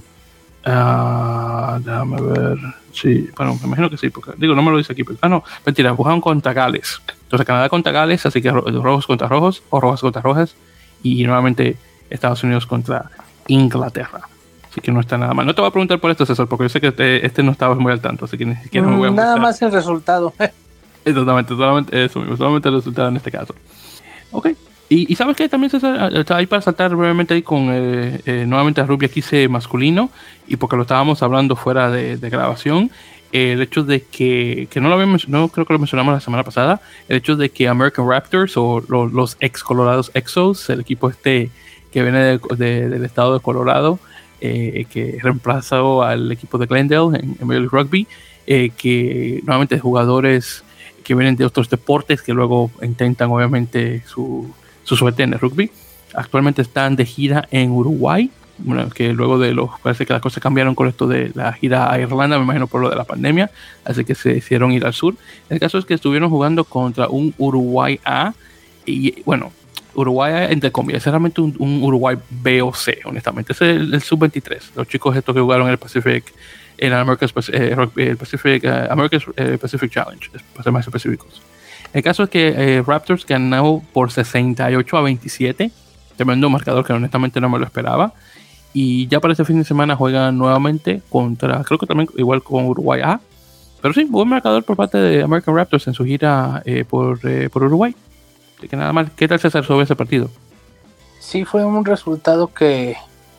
Uh, déjame ver, sí, bueno, me imagino que sí, porque digo, no me lo dice aquí, pero ah, no, mentira, jugaron contra Gales. Entonces Canadá contra Gales, así que rojos contra rojos, o rojas contra rojas, y nuevamente Estados Unidos contra Inglaterra. Así que no está nada mal. No te voy a preguntar por esto, César, porque yo sé que este, este no estabas muy al tanto, así que ni siquiera me voy a Nada mostrar. Más el resultado. Exactamente, solamente eso mismo, solamente el resultado en este caso. Ok. Y, y sabes que también César, está ahí para saltar brevemente ahí con eh, eh, nuevamente a rugby aquí se masculino, y porque lo estábamos hablando fuera de, de grabación, eh, el hecho de que, que no lo habíamos, no creo que lo mencionamos la semana pasada, el hecho de que American Raptors o lo, los ex Colorados Exos, el equipo este que viene de, de, del estado de Colorado, eh, que reemplazó al equipo de Glendale en, en Major League Rugby, eh, que nuevamente jugadores que vienen de otros deportes que luego intentan obviamente su su suerte en el rugby. Actualmente están de gira en Uruguay, bueno, que luego de los, parece que las cosas cambiaron con esto de la gira a Irlanda, me imagino por lo de la pandemia, así que se hicieron ir al sur. El caso es que estuvieron jugando contra un Uruguay A, y bueno, Uruguay A entre comillas, es realmente un, un Uruguay B o C, honestamente, es el, el sub veintitrés, los chicos estos que jugaron en el Pacific, en el American, eh, el Pacific, uh, American eh, Pacific Challenge, para ser más específicos. El caso es que eh, Raptors ganó por sesenta y ocho a veintisiete, tremendo marcador que honestamente no me lo esperaba, y ya para este fin de semana juegan nuevamente contra, creo que también igual con Uruguay A, pero sí, buen marcador por parte de American Raptors en su gira eh, por, eh, por Uruguay. Así que nada mal. ¿Qué tal, César, sobre ese partido? Sí, fue un resultado que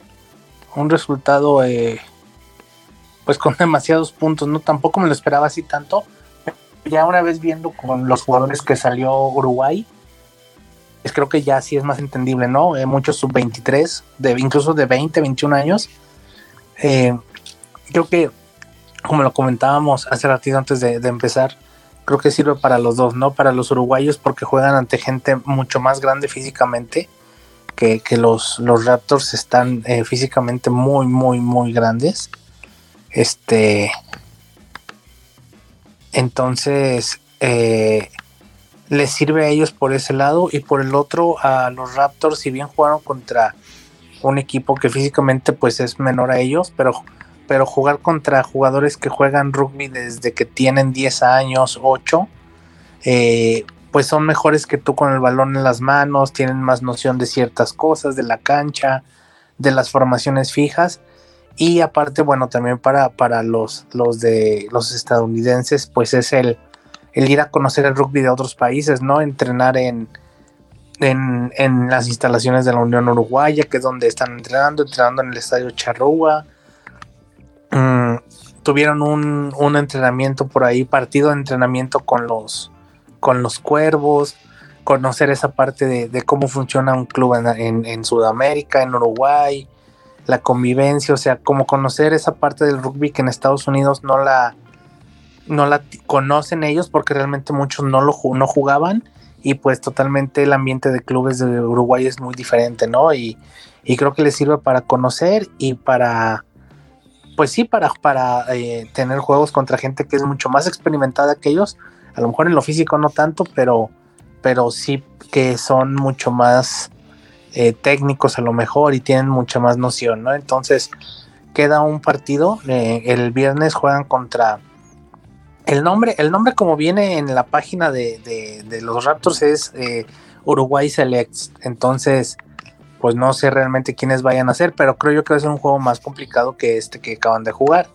un resultado eh, pues con demasiados puntos, no tampoco me lo esperaba así tanto. Ya una vez viendo con los jugadores que salió Uruguay, pues creo que ya sí es más entendible, ¿no? Eh, muchos sub veintitrés, de, incluso de veinte, veintiún años. Eh, creo que, como lo comentábamos hace ratito antes de, de empezar, creo que sirve para los dos, ¿no? Para los uruguayos porque juegan ante gente mucho más grande físicamente, que, que los, los Raptors están eh, físicamente muy, muy, muy grandes. Este... Entonces, eh, les sirve a ellos por ese lado, y por el otro a los Raptors, si bien jugaron contra un equipo que físicamente pues es menor a ellos, pero, pero jugar contra jugadores que juegan rugby desde que tienen diez años, ocho, eh, pues son mejores que tú con el balón en las manos, tienen más noción de ciertas cosas, de la cancha, de las formaciones fijas. Y aparte, bueno, también para, para los, los de los estadounidenses, pues es el, el ir a conocer el rugby de otros países, ¿no? Entrenar en, en, en las instalaciones de la Unión Uruguaya, que es donde están entrenando, entrenando en el Estadio Charrúa. Mm, tuvieron un, un entrenamiento por ahí, partido de entrenamiento con los, con los Cuervos, conocer esa parte de, de cómo funciona un club en, en, en Sudamérica, en Uruguay, la convivencia, o sea, como conocer esa parte del rugby que en Estados Unidos no la no la t- conocen ellos, porque realmente muchos no lo no jugaban, y pues totalmente el ambiente de clubes de Uruguay es muy diferente, ¿no? Y, y creo que les sirve para conocer y para, pues sí, para, para eh, tener juegos contra gente que es mucho más experimentada que ellos, a lo mejor en lo físico no tanto, pero, pero sí que son mucho más Eh, técnicos a lo mejor y tienen mucha más noción, ¿no? Entonces queda un partido, eh, el viernes juegan contra el nombre, el nombre como viene en la página de, de, de los Raptors es eh, Uruguay Selects. Entonces, pues no sé realmente quiénes vayan a ser, pero creo yo que va a ser un juego más complicado que este que acaban de jugar.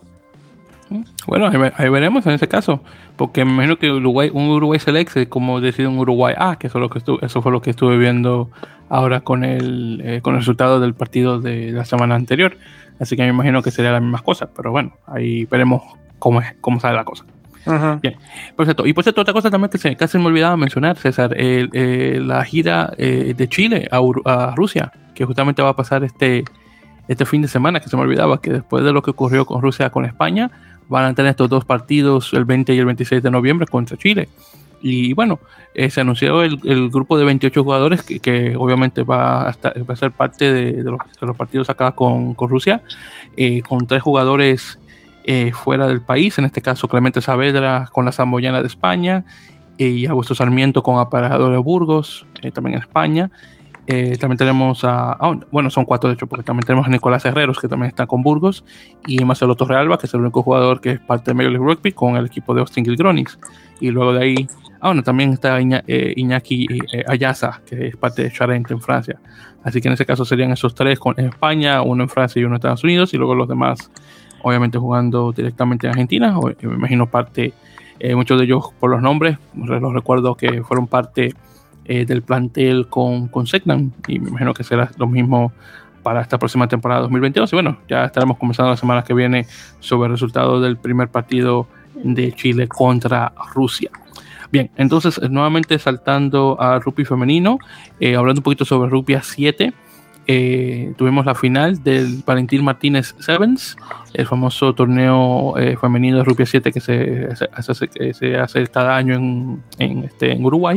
Bueno, ahí, ahí veremos en ese caso, porque me imagino que Uruguay, un Uruguay Select es como decir un Uruguay A, que eso, es lo que estuve, eso fue lo que estuve viendo ahora con el, eh, con el resultado del partido de la semana anterior. Así que me imagino que sería la misma cosa, pero bueno, ahí veremos cómo, es, cómo sale la cosa. Uh-huh. Bien, por cierto, y por cierto, otra cosa también que se, casi me olvidaba mencionar, César, el, eh, la gira eh, de Chile a, a Rusia, que justamente va a pasar este, este fin de semana, que se me olvidaba, que después de lo que ocurrió con Rusia con España, van a tener estos dos partidos el veinte y el veintiséis de noviembre contra Chile. Y bueno, eh, se anunció el, el grupo de veintiocho jugadores que, que obviamente va a, estar, va a ser parte de, de, los, de los partidos acá con, con Rusia, eh, con tres jugadores eh, fuera del país, en este caso Clemente Saavedra con la Zamboyana de España, eh, y Augusto Sarmiento con Aparejador de Burgos, eh, también en España. Eh, también tenemos a, oh, bueno, son cuatro de hecho, porque también tenemos a Nicolás Herreros, que también está con Burgos, y Marcelo Torrealba, que es el único jugador que es parte de Major League Rugby con el equipo de Austin Gilgronis. Y luego de ahí, ah, bueno, también está Iña, eh, Iñaki eh, Ayaza, que es parte de Charente en Francia. Así que en ese caso serían esos tres con, en España, uno en Francia y uno en Estados Unidos, y luego los demás, obviamente, jugando directamente en Argentina. O, me imagino parte, eh, muchos de ellos por los nombres, los recuerdo que fueron parte Eh, del plantel con, con Segnan, y me imagino que será lo mismo para esta próxima temporada dos mil veintidós. Y bueno, ya estaremos comenzando la semana que viene sobre el resultado del primer partido de Chile contra Rusia. Bien, entonces nuevamente saltando a rugby femenino, eh, hablando un poquito sobre rugby a siete, eh, tuvimos la final del Valentín Martínez Sevens, el famoso torneo eh, femenino de rugby a siete que se, se, se, se hace cada año en, en, este, en Uruguay.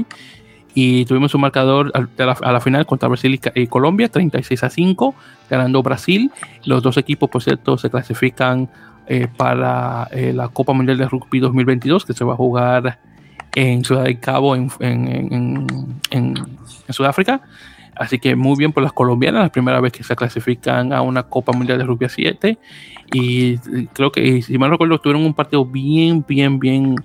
Y tuvimos un marcador a la, a la final contra Brasil y, y Colombia, treinta y seis a cinco, ganando Brasil. Los dos equipos, por cierto, se clasifican eh, para eh, la Copa Mundial de Rugby dos mil veintidós, que se va a jugar en Ciudad del Cabo, en, en, en, en, en Sudáfrica. Así que muy bien por las colombianas, la primera vez que se clasifican a una Copa Mundial de Rugby a siete. Y creo que, si mal recuerdo, tuvieron un partido bien, bien, bien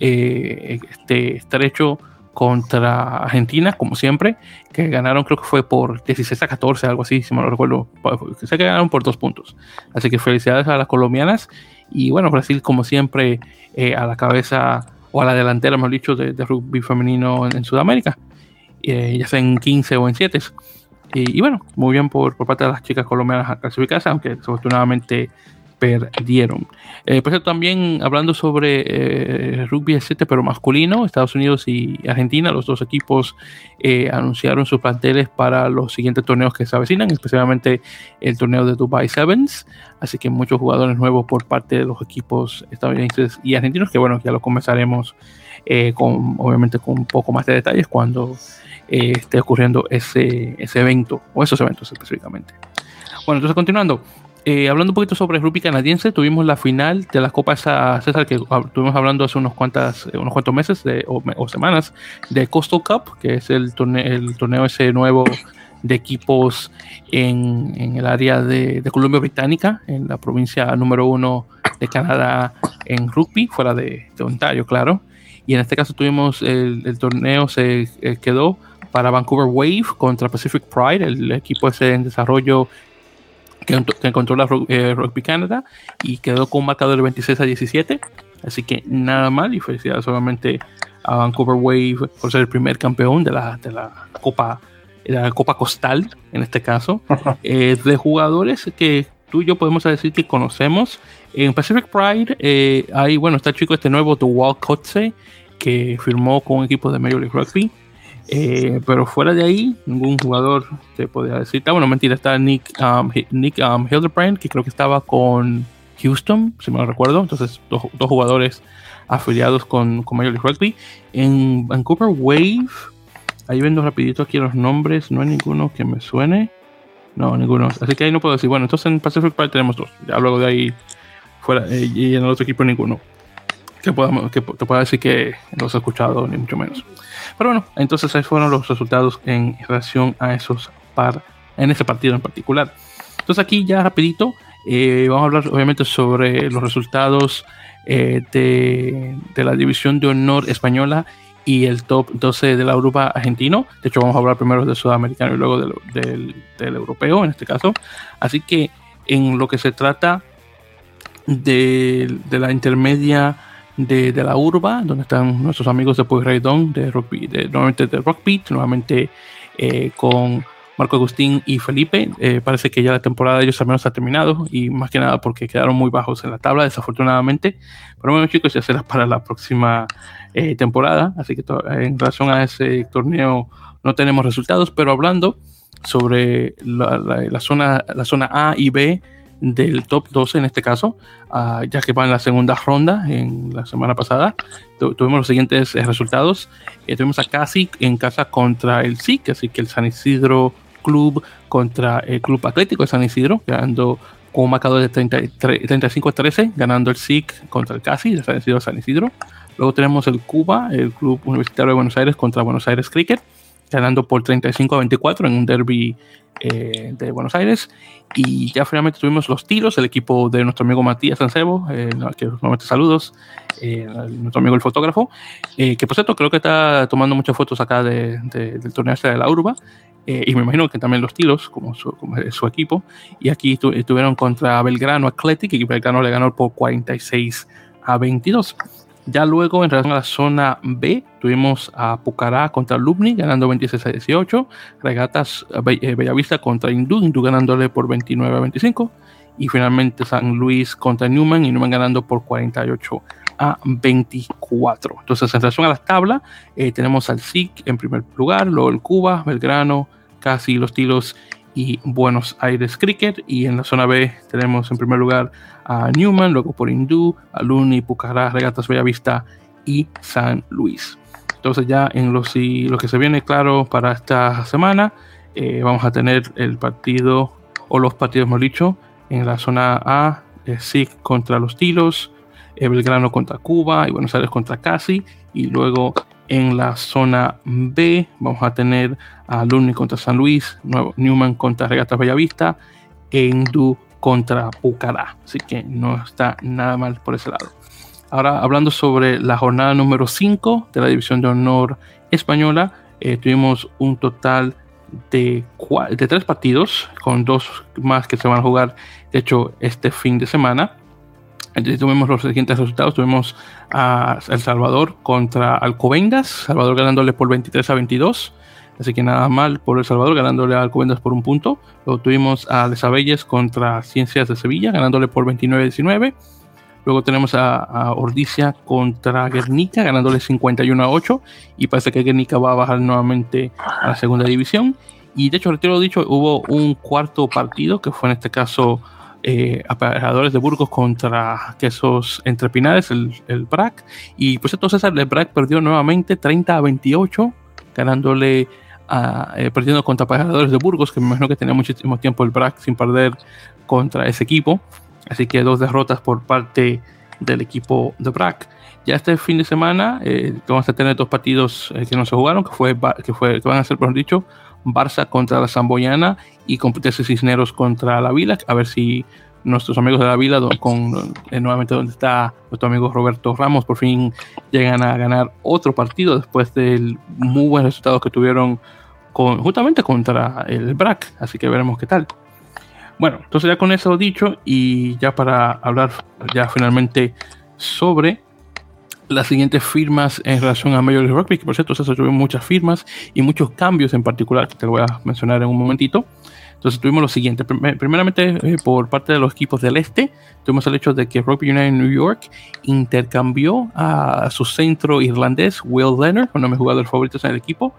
eh, este, estrecho contra Argentina, como siempre, que ganaron, creo que fue por dieciséis a catorce, algo así, si me lo recuerdo. Sé que ganaron por dos puntos. Así que felicidades a las colombianas. Y bueno, Brasil, como siempre, eh, a la cabeza, o a la delantera, mejor dicho, de, de rugby femenino en, en Sudamérica, eh, ya sea en quince o en siete. Y, y bueno, muy bien por, por parte de las chicas colombianas a clasificarse, aunque desafortunadamente perdieron. Eh, por cierto, también hablando sobre eh, rugby a siete, pero masculino, Estados Unidos y Argentina, los dos equipos eh, anunciaron sus planteles para los siguientes torneos que se avecinan, especialmente el torneo de Dubai Sevens. Así que muchos jugadores nuevos por parte de los equipos estadounidenses y argentinos, que bueno, ya lo comenzaremos eh, con, obviamente, con un poco más de detalles cuando eh, esté ocurriendo ese, ese evento, o esos eventos específicamente. Bueno, entonces continuando. Eh, hablando un poquito sobre el rugby canadiense, tuvimos la final de la Copa César, que estuvimos hablando hace unos, cuantas, unos cuantos meses de, o, o semanas, de Coastal Cup, que es el torneo, el torneo ese nuevo de equipos en, en el área de, de Columbia Británica, en la provincia número uno de Canadá en rugby, fuera de, de Ontario, claro. Y en este caso tuvimos el, el torneo, se eh, quedó para Vancouver Wave contra Pacific Pride, el equipo ese en desarrollo que, que controla eh, Rugby Canada, y quedó con un marcador de veintiséis a diecisiete. Así que nada mal, y felicidades solamente a Vancouver Wave por ser el primer campeón de la, de la Copa de la Copa Costal, en este caso. eh, de jugadores que tú y yo podemos decir que conocemos. En Pacific Pride eh, hay, bueno, está el chico este nuevo, Duwal Kotze, que firmó con un equipo de Major League Rugby. Eh, pero fuera de ahí, ningún jugador te podría decir. Ah, bueno, mentira, está Nick, um, Nick um, Hildebrand, que creo que estaba con Houston, si me lo recuerdo. Entonces, dos, dos jugadores afiliados con, con Major League Rugby. En Vancouver Wave, ahí viendo rapidito aquí los nombres, no hay ninguno que me suene. No, ninguno. Así que ahí no puedo decir. Bueno, entonces en Pacific Pride tenemos dos. Ya luego de ahí, fuera, eh, y en el otro equipo ninguno. Que, podamos, que te pueda decir que no los he escuchado, ni mucho menos. Pero bueno, entonces ahí fueron los resultados en relación a esos par, en ese partido en particular. Entonces aquí ya rapidito, eh, vamos a hablar obviamente sobre los resultados eh, de, de la División de Honor Española y el top doce de la Europa argentino. De hecho, vamos a hablar primero del sudamericano y luego del, del, del europeo en este caso. Así que en lo que se trata de, de la intermedia de, de la urba, donde están nuestros amigos de Pueyrredón, de rugby, de, nuevamente de Rockbeat, nuevamente eh, con Marco Agustín y Felipe. Eh, parece que ya la temporada de ellos al menos ha terminado, y más que nada porque quedaron muy bajos en la tabla, desafortunadamente. Pero bueno, chicos, ya será para la próxima eh, temporada, así que to- en relación a ese torneo no tenemos resultados, pero hablando sobre la, la, la, zona, la zona A y B del top doce en este caso, uh, ya que va en la segunda ronda. En la semana pasada tu, tuvimos los siguientes eh, resultados. Eh, tuvimos a Casi en casa contra el S I C, así que el San Isidro Club contra el Club Atlético de San Isidro, ganando con un marcador de treinta y cinco a trece, ganando el S I C contra el Casi de San Isidro San Isidro. Luego tenemos el Cuba, el Club Universitario de Buenos Aires contra Buenos Aires Cricket, ganando por treinta y cinco a veinticuatro en un derby eh, de Buenos Aires. Y ya finalmente tuvimos los tiros, el equipo de nuestro amigo Matías Sancebo, eh, que nuevamente saludos, eh, nuestro amigo el fotógrafo, eh, que por cierto creo que está tomando muchas fotos acá de, de, del torneo este de la urba, eh, y me imagino que también los tiros, como su, como su equipo. Y aquí tu, estuvieron contra Belgrano Athletic, y Belgrano le ganó por cuarenta y seis a veintidós. Ya luego, en relación a la zona B, tuvimos a Pucará contra Lubni, ganando veintiséis a dieciocho. Regatas eh, Bellavista contra Hindú, Hindú ganándole por veintinueve a veinticinco. Y finalmente San Luis contra Newman, y Newman ganando por cuarenta y ocho a veinticuatro. Entonces, en relación a la tabla, eh, tenemos al S I C en primer lugar, luego el Cuba, Belgrano, Casi, Los Tilos y Buenos Aires Cricket. Y en la zona B tenemos en primer lugar a Newman, luego por Hindú, a Luni, Pucará, Regatas Bellavista y San Luis. Entonces ya en lo, si, lo que se viene claro para esta semana, eh, vamos a tener el partido, o los partidos hemos dicho, en la zona A, eh, S I C contra Los Tilos, eh, Belgrano contra Cuba y Buenos Aires contra Casi. Y luego en la zona B vamos a tener a Luni contra San Luis, nuevo, Newman contra Regatas Bellavista e Hindú contra Pucará. Así que no está nada mal por ese lado. Ahora, hablando sobre la jornada número cinco de la División de Honor Española, eh, tuvimos un total de, de tres partidos, con dos más que se van a jugar, de hecho, este fin de semana. Entonces, tuvimos los siguientes resultados. Tuvimos a El Salvador contra Alcobendas, Salvador ganándole por veintitrés a veintidós. Así que nada mal por El Salvador, ganándole a Alcobendas por un punto. Luego tuvimos a Les Abelles contra Ciencias de Sevilla, ganándole por veintinueve a diecinueve. Luego tenemos a, a Ordizia contra Guernica, ganándole cincuenta y uno a ocho. Y parece que Guernica va a bajar nuevamente a la segunda división. Y de hecho, retiro lo dicho, hubo un cuarto partido, que fue en este caso eh, Aparejadores de Burgos contra Quesos Entre Pinares, el, el B R A C. Y pues entonces el B R A C perdió nuevamente treinta a veintiocho, ganándole Uh, eh, perdiendo contra Aparejadores de Burgos, que me imagino que tenía muchísimo tiempo el B R A C sin perder contra ese equipo. Así que dos derrotas por parte del equipo de B R A C. Ya este fin de semana eh, vamos a tener dos partidos eh, que no se jugaron, que, fue, que, fue, que van a ser, por dicho, Barça contra la Zamboyana y Complutense Cisneros contra la Vila. A ver si nuestros amigos de la Vila, con, eh, nuevamente donde está nuestro amigo Roberto Ramos, por fin llegan a ganar otro partido después del muy buen resultado que tuvieron con, justamente contra el B R A C. Así que veremos qué tal. Bueno, entonces ya con eso dicho, y ya para hablar ya finalmente sobre las siguientes firmas en relación a Major League Rugby, que por cierto se tuvieron muchas firmas y muchos cambios en particular, que te lo voy a mencionar en un momentito. Entonces tuvimos lo siguiente. Primeramente, eh, por parte de los equipos del este, tuvimos el hecho de que Rugby United New York intercambió a su centro irlandés, Will Leonard, uno de mis jugadores favoritos en el equipo.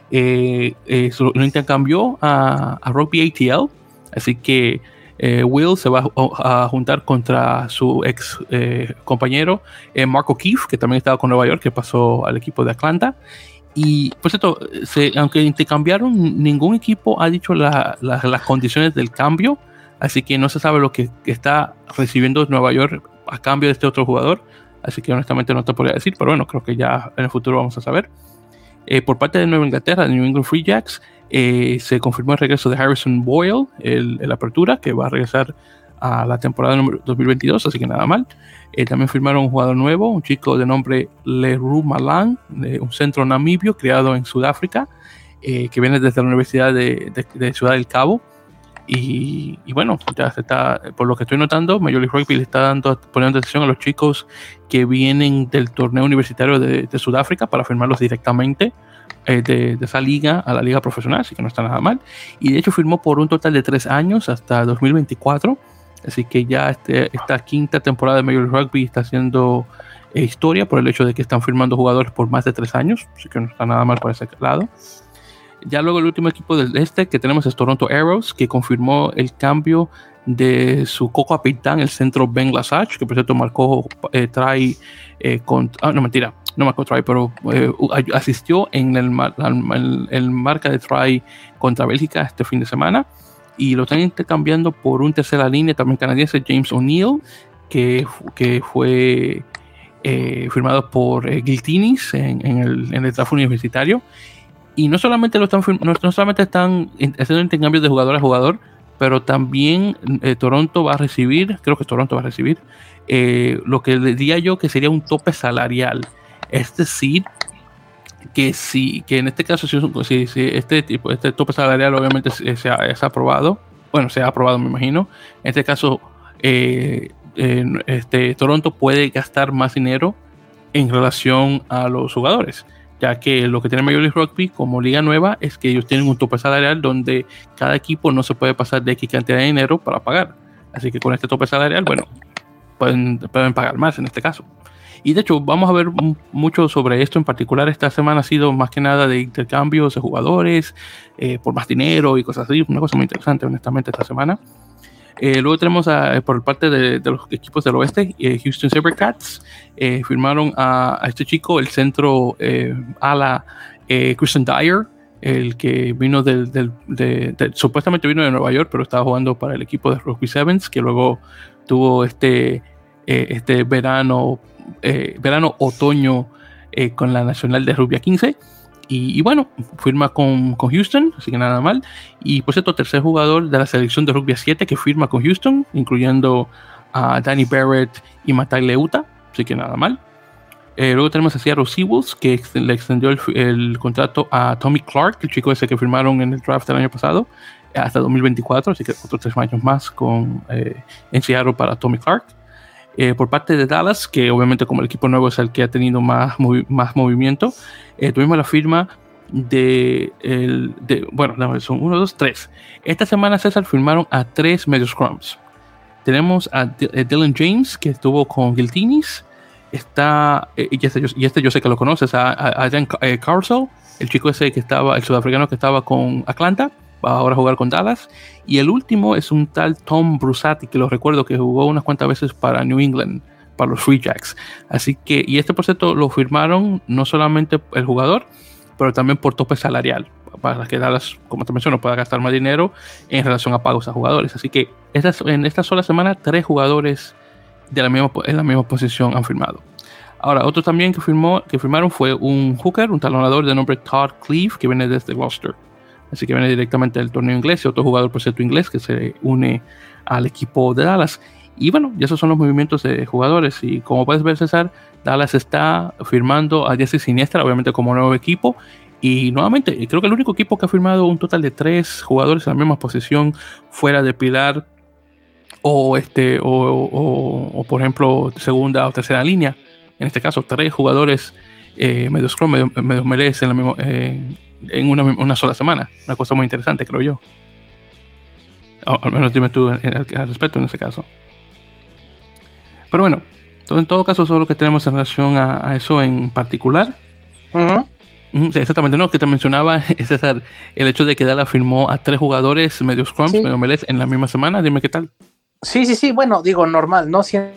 Eh, eh, lo intercambió a, a Rugby A T L. Así que eh, Will se va a, a juntar contra su ex eh, compañero eh, Mark O'Keefe, que también estaba con Nueva York, que pasó al equipo de Atlanta. Y por cierto, se, aunque intercambiaron, ningún equipo ha dicho la, la, las condiciones del cambio, así que no se sabe lo que está recibiendo Nueva York a cambio de este otro jugador, así que honestamente no te podría decir, pero bueno, creo que ya en el futuro vamos a saber. Eh, por parte de Nueva Inglaterra, de New England Free Jacks, eh, se confirmó el regreso de Harrison Boyle, el, el apertura, que va a regresar a la temporada dos mil veintidós, así que nada mal. Eh, también firmaron un jugador nuevo, un chico de nombre Leroux Malan, de un centro namibio criado en Sudáfrica, eh, que viene desde la Universidad de, de, de Ciudad del Cabo. Y, y bueno, ya se está, por lo que estoy notando, Major League Rugby le está dando, poniendo atención a los chicos que vienen del torneo universitario de, de Sudáfrica para firmarlos directamente eh, de, de esa liga a la liga profesional, así que no está nada mal. Y de hecho firmó por un total de tres años hasta dos mil veinticuatro, así que ya este, esta quinta temporada de Major League Rugby está haciendo eh, historia por el hecho de que están firmando jugadores por más de tres años, así que no está nada mal por ese lado. Ya luego el último equipo del este que tenemos es Toronto Arrows, que confirmó el cambio de su co-capitán, el centro Ben Lasage, que por cierto marcó eh, try eh, con, ah, no mentira, no marcó try, pero eh, asistió en el, el, el marca de try contra Bélgica este fin de semana, y lo están intercambiando por un tercera línea también canadiense, James O'Neill, que, que fue eh, firmado por eh, Giltinis en, en, el, en el draft universitario. Y no solamente, lo están, no, no solamente están haciendo intercambios de jugador a jugador, pero también eh, Toronto va a recibir, creo que Toronto va a recibir, eh, lo que le diría yo que sería un tope salarial. Es decir, que si, que en este caso, si, si, si este tipo, este tope salarial obviamente se, se, ha, se ha aprobado, bueno, se ha aprobado me imagino, en este caso eh, eh, este, Toronto puede gastar más dinero en relación a los jugadores, ya que lo que tiene Major League Rugby como liga nueva es que ellos tienen un tope salarial donde cada equipo no se puede pasar de X cantidad de dinero para pagar. Así que con este tope salarial, bueno, pueden, pueden pagar más en este caso. Y de hecho, vamos a ver mucho sobre esto en particular. Esta semana ha sido más que nada de intercambios de jugadores eh, por más dinero y cosas así. Una cosa muy interesante, honestamente, esta semana. Eh, luego tenemos a, por parte de, de los equipos del oeste, eh, Houston Sabercats, eh, firmaron a, a este chico, el centro eh, ala eh, Christian Dyer, el que vino del, del de, de, supuestamente vino de Nueva York, pero estaba jugando para el equipo de Rugby Sevens, que luego tuvo este, eh, este verano, eh, verano otoño eh, con la Nacional de Rugby a quince. Y, y bueno, firma con, con Houston, así que nada mal. Y por cierto, tercer jugador de la selección de rugby a siete que firma con Houston, incluyendo a Danny Barrett y Matai Leuta, así que nada mal. Eh, luego tenemos a Seattle Seawolves, que ex, le extendió el, el contrato a Tommy Clark, el chico ese que firmaron en el draft del año pasado, hasta dos mil veinticuatro, así que otros tres años más con, eh, en Seattle para Tommy Clark. Eh, por parte de Dallas, que obviamente como el equipo nuevo es el que ha tenido más, movi- más movimiento, eh, tuvimos la firma de, el, de, bueno, son uno, dos, tres. Esta semana, César, firmaron a tres medio scrums. Tenemos a D- a Dylan James, que estuvo con Giltinis, está, eh, y, este, y este yo sé que lo conoces, a, a, a Jan eh, Carsell, el chico ese que estaba, el sudafricano que estaba con Atlanta, va ahora a jugar con Dallas. Y el último es un tal Tom Brusati, que lo recuerdo que jugó unas cuantas veces para New England, para los Free Jacks. Así que, y este por cierto lo firmaron no solamente el jugador, pero también por tope salarial, para que Dallas, como te menciono, pueda gastar más dinero en relación a pagos a jugadores. Así que esta, en esta sola semana, tres jugadores de la misma, en la misma posición han firmado. Ahora, otro también que, firmó, que firmaron fue un hooker, un talonador de nombre Todd Cleave, que viene desde Gloucester. Así que viene directamente del torneo inglés, y otro jugador, por cierto, inglés, que se une al equipo de Dallas. Y bueno, y esos son los movimientos de jugadores. Y como puedes ver, César, Dallas está firmando a Jesse Siniestra, obviamente como nuevo equipo. Y nuevamente, creo que el único equipo que ha firmado un total de tres jugadores en la misma posición, fuera de Pilar, o, este, o, o, o por ejemplo, segunda o tercera línea. En este caso, tres jugadores eh, medio scrum, medio, medio melee en la misma... Eh, en una, una sola semana, una cosa muy interesante, creo yo. O, al menos dime tú al respecto en ese caso. Pero bueno, todo, en todo caso, eso es lo que tenemos en relación a, a eso en particular. Uh-huh. Uh-huh, sí, exactamente, no, que te mencionaba, César, el hecho de que Dallas firmó a tres jugadores medio scrums, sí, medio melees en la misma semana. Dime qué tal. Sí, sí, sí, bueno, digo, normal, ¿no? Siempre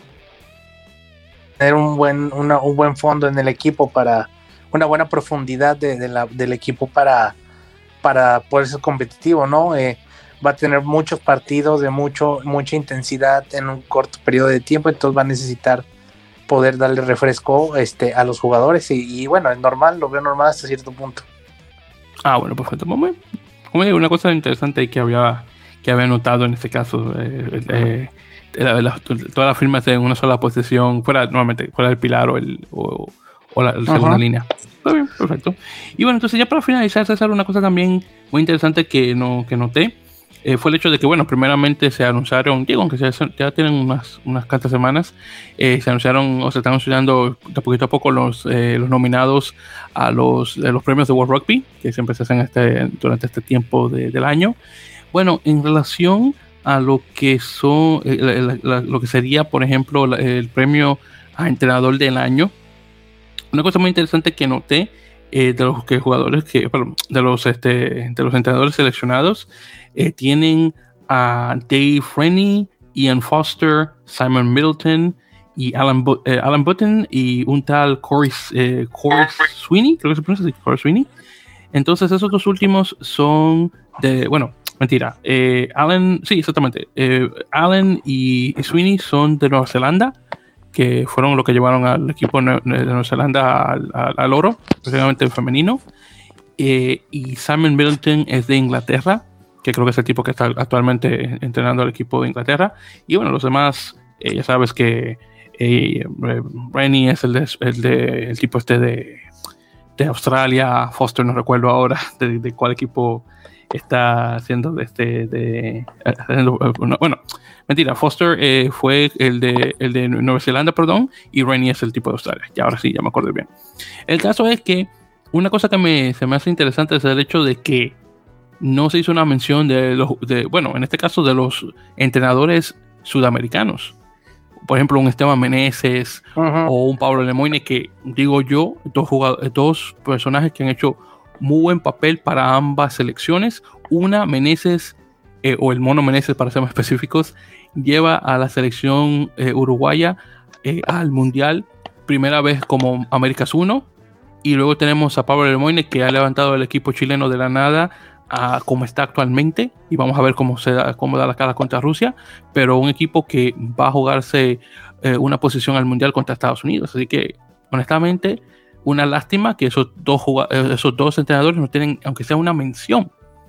tener un buen, una, un buen fondo en el equipo para una buena profundidad de, de la, del equipo para, para poder ser competitivo, ¿no? Eh, va a tener muchos partidos de mucho, mucha intensidad en un corto periodo de tiempo, entonces va a necesitar poder darle refresco este, a los jugadores y, y bueno, es normal, lo veo normal hasta cierto punto. Ah, bueno, perfecto. Como digo, una cosa interesante que había, que había notado en este caso, eh, eh, la, la, todas las firmas en una sola posición, fuera nuevamente, fuera el pilar o, el, o, o la, la segunda uh-huh. línea. Está bien, perfecto. Y bueno, entonces ya para finalizar, César, una cosa también muy interesante que, no, que noté eh, fue el hecho de que, bueno, primeramente se anunciaron, digo, aunque ya, ya tienen unas, unas cuantas semanas, eh, se anunciaron o se están anunciando de poquito a poco los, eh, los nominados a los, eh, los premios de World Rugby, que siempre se hacen este, durante este tiempo de, del año. Bueno, en relación a lo que son, eh, la, la, lo que sería, por ejemplo, la, el premio a entrenador del año, una cosa muy interesante que noté eh, de los que jugadores que, perdón, de los este, de los entrenadores seleccionados eh, tienen a Dave Rennie, Ian Foster, Simon Middleton y Alan, Bu- eh, Alan Button y un tal Corey, eh, Corey Sweeney, creo que se pronuncia así, Corey Sweeney. Entonces esos dos últimos son de, bueno, mentira, eh, Alan, sí, exactamente, eh, Alan y Sweeney son de Nueva Zelanda, que fueron lo que llevaron al equipo de Nueva Zelanda al, al, al oro, especialmente el femenino. Eh, y Simon Middleton es de Inglaterra, que creo que es el tipo que está actualmente entrenando al equipo de Inglaterra. Y bueno, los demás, eh, ya sabes que eh, Rennie es el, de, el, de, el tipo este de, de Australia, Foster no recuerdo ahora de, de cuál equipo está haciendo de este de, de bueno, mentira, Foster eh, fue el de el de Nueva Zelanda, perdón, y Rennie es el tipo de Australia. Y ahora sí, ya me acuerdo bien. El caso es que una cosa que me, se me hace interesante es el hecho de que no se hizo una mención de los, de, bueno, en este caso de los entrenadores sudamericanos. Por ejemplo, un Esteban Meneses uh-huh. o un Pablo Lemoyne, que digo yo, dos, jugadores, dos personajes que han hecho muy buen papel para ambas selecciones. Una, Meneses, eh, o el Mono Meneses para ser más específicos, lleva a la selección eh, uruguaya eh, al Mundial, primera vez como Américas uno, y luego tenemos a Pablo Lemoyne, que ha levantado el equipo chileno de la nada a como está actualmente, y vamos a ver cómo, se da, cómo da la cara contra Rusia, pero un equipo que va a jugarse eh, una posición al Mundial contra Estados Unidos. Así que, honestamente, una lástima que esos dos, esos dos entrenadores no tienen, aunque sea una mención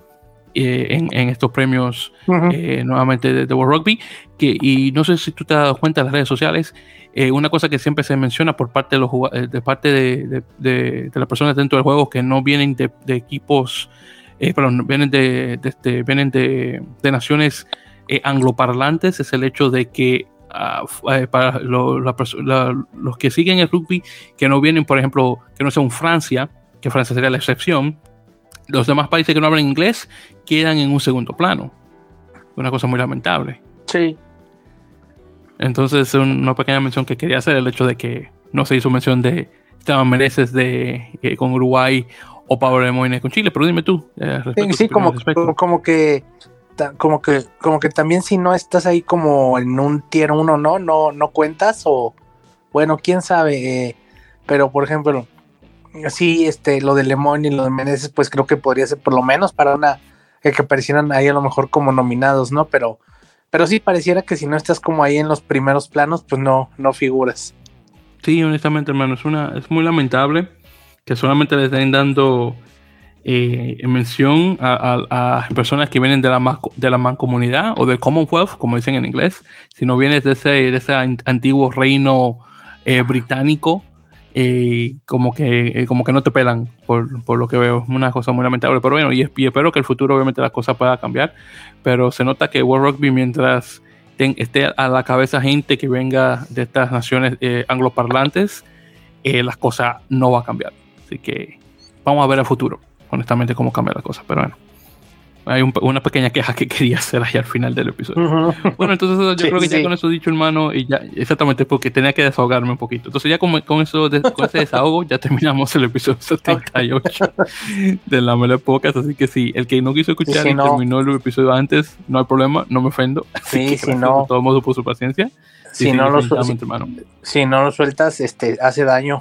eh, en, en estos premios uh-huh. eh, nuevamente de, de World Rugby. Que, y no sé si tú te has dado cuenta en las redes sociales, eh, una cosa que siempre se menciona por parte de, los, de, parte de, de, de, de las personas dentro del juego que no vienen de, de equipos, eh, perdón, vienen de, de, de, vienen de, de naciones eh, angloparlantes, es el hecho de que Uh, eh, para lo, la, la, los que siguen el rugby, que no vienen, por ejemplo, que no sea un Francia, que Francia sería la excepción, los demás países que no hablan inglés quedan en un segundo plano. Una cosa muy lamentable. Sí. Entonces, una pequeña mención que quería hacer, el hecho de que no se hizo mención de Esteban Meneses de, eh, con Uruguay o Pablo Lemoyne con Chile, pero dime tú. Eh, sí, sí como, como, como que como que como que también si no estás ahí como en un tier uno, no no no cuentas, o bueno, quién sabe, eh, pero por ejemplo, sí, este lo de Lemón y lo de Meneses, pues creo que podría ser por lo menos para una eh, que aparecieran ahí a lo mejor como nominados, ¿no? Pero pero sí pareciera que si no estás como ahí en los primeros planos, pues no no figuras. Sí, honestamente, hermano, es una es muy lamentable que solamente le estén dando Eh, mención a, a, a personas que vienen de la, man, de la mancomunidad o del Commonwealth, como dicen en inglés, si no vienes de ese, de ese antiguo reino eh, británico, eh, como, que, eh, como que no te pelan, por, por lo que veo. Es una cosa muy lamentable, pero bueno, y, y espero que el futuro obviamente las cosas puedan cambiar, pero se nota que World Rugby, mientras ten, esté a la cabeza gente que venga de estas naciones eh, angloparlantes, eh, las cosas no van a cambiar. Así que vamos a ver el futuro, honestamente, cómo cambia la cosa, pero bueno, hay un, una pequeña queja que quería hacer ahí al final del episodio. Uh-huh. Bueno, entonces yo sí, creo que sí. Ya con eso dicho, hermano, y ya exactamente porque tenía que desahogarme un poquito. Entonces ya con, con eso, de, con ese desahogo, ya terminamos el episodio setenta y ocho de la Mele Podcast. Así que sí, el que no quiso escuchar si y no, terminó el episodio antes, no hay problema, no me ofendo. Así sí, que si no, de todos modos por su paciencia. Si, sí, no lo su- si, si no lo sueltas, este, hace daño.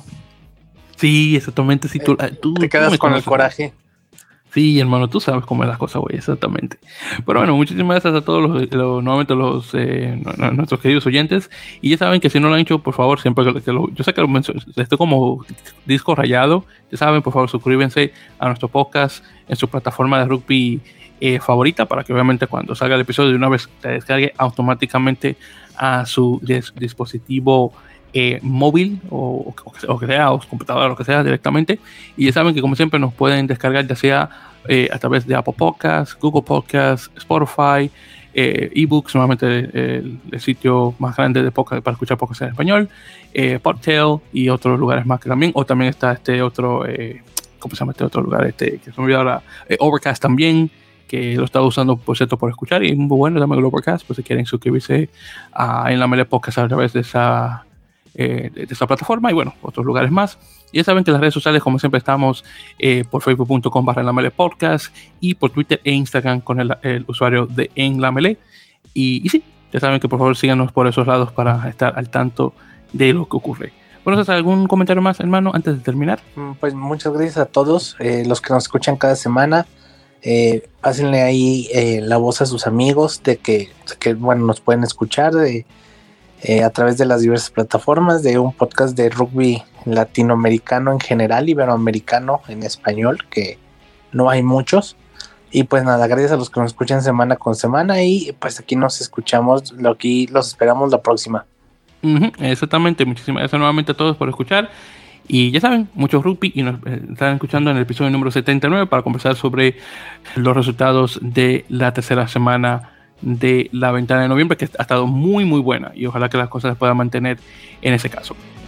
Sí, exactamente. Si tú, tú, te quedas tú con el coraje. Sí, hermano, tú sabes cómo es la cosa, güey, exactamente. Pero bueno, muchísimas gracias a todos los, los nuevamente los eh, nuestros queridos oyentes. Y ya saben que si no lo han hecho, por favor, siempre que, que lo, yo sé que lo menciono, estoy como disco rayado. Ya saben, por favor, suscríbanse a nuestro podcast en su plataforma de rugby eh, favorita, para que obviamente cuando salga el episodio de una vez te descargue automáticamente a su dis- dispositivo eh, móvil o, o, o que sea, o computadora, lo que sea directamente. Y ya saben que como siempre nos pueden descargar ya sea eh, a través de Apple Podcasts, Google Podcasts, Spotify, eh, ebooks, nuevamente el, el sitio más grande de podcast para escuchar podcasts en español, eh, Podtail y otros lugares más que también, o también está este otro, eh, ¿cómo se llama este otro lugar? Este, que se me olvidó ahora, eh, Overcast también, que lo estaba usando por cierto por escuchar, y muy bueno también el Overcast, pues si quieren suscribirse a En la Mele Podcast a través de esa, eh, de esa plataforma, y bueno, otros lugares más. Y ya saben que en las redes sociales, como siempre, estamos eh, por facebook punto com barra En la Mele Podcast y por Twitter e Instagram con el, el usuario de En la Mele. Y, y sí, ya saben que por favor síganos por esos lados para estar al tanto de lo que ocurre. Bueno, ¿has algún comentario más, hermano, antes de terminar? Pues muchas gracias a todos eh, los que nos escuchan cada semana. Eh, pásenle ahí eh, la voz a sus amigos de que, que bueno, nos pueden escuchar de, eh, a través de las diversas plataformas de un podcast de rugby latinoamericano en general, iberoamericano en español, que no hay muchos. Y pues nada, gracias a los que nos escuchan semana con semana, y pues aquí nos escuchamos, aquí los esperamos la próxima. Uh-huh, exactamente, muchísimas gracias nuevamente a todos por escuchar. Y ya saben, mucho rugby, y nos eh, están escuchando en el episodio número setenta y nueve para conversar sobre los resultados de la tercera semana de la ventana de noviembre, que ha estado muy muy buena, y ojalá que las cosas se puedan mantener en ese caso.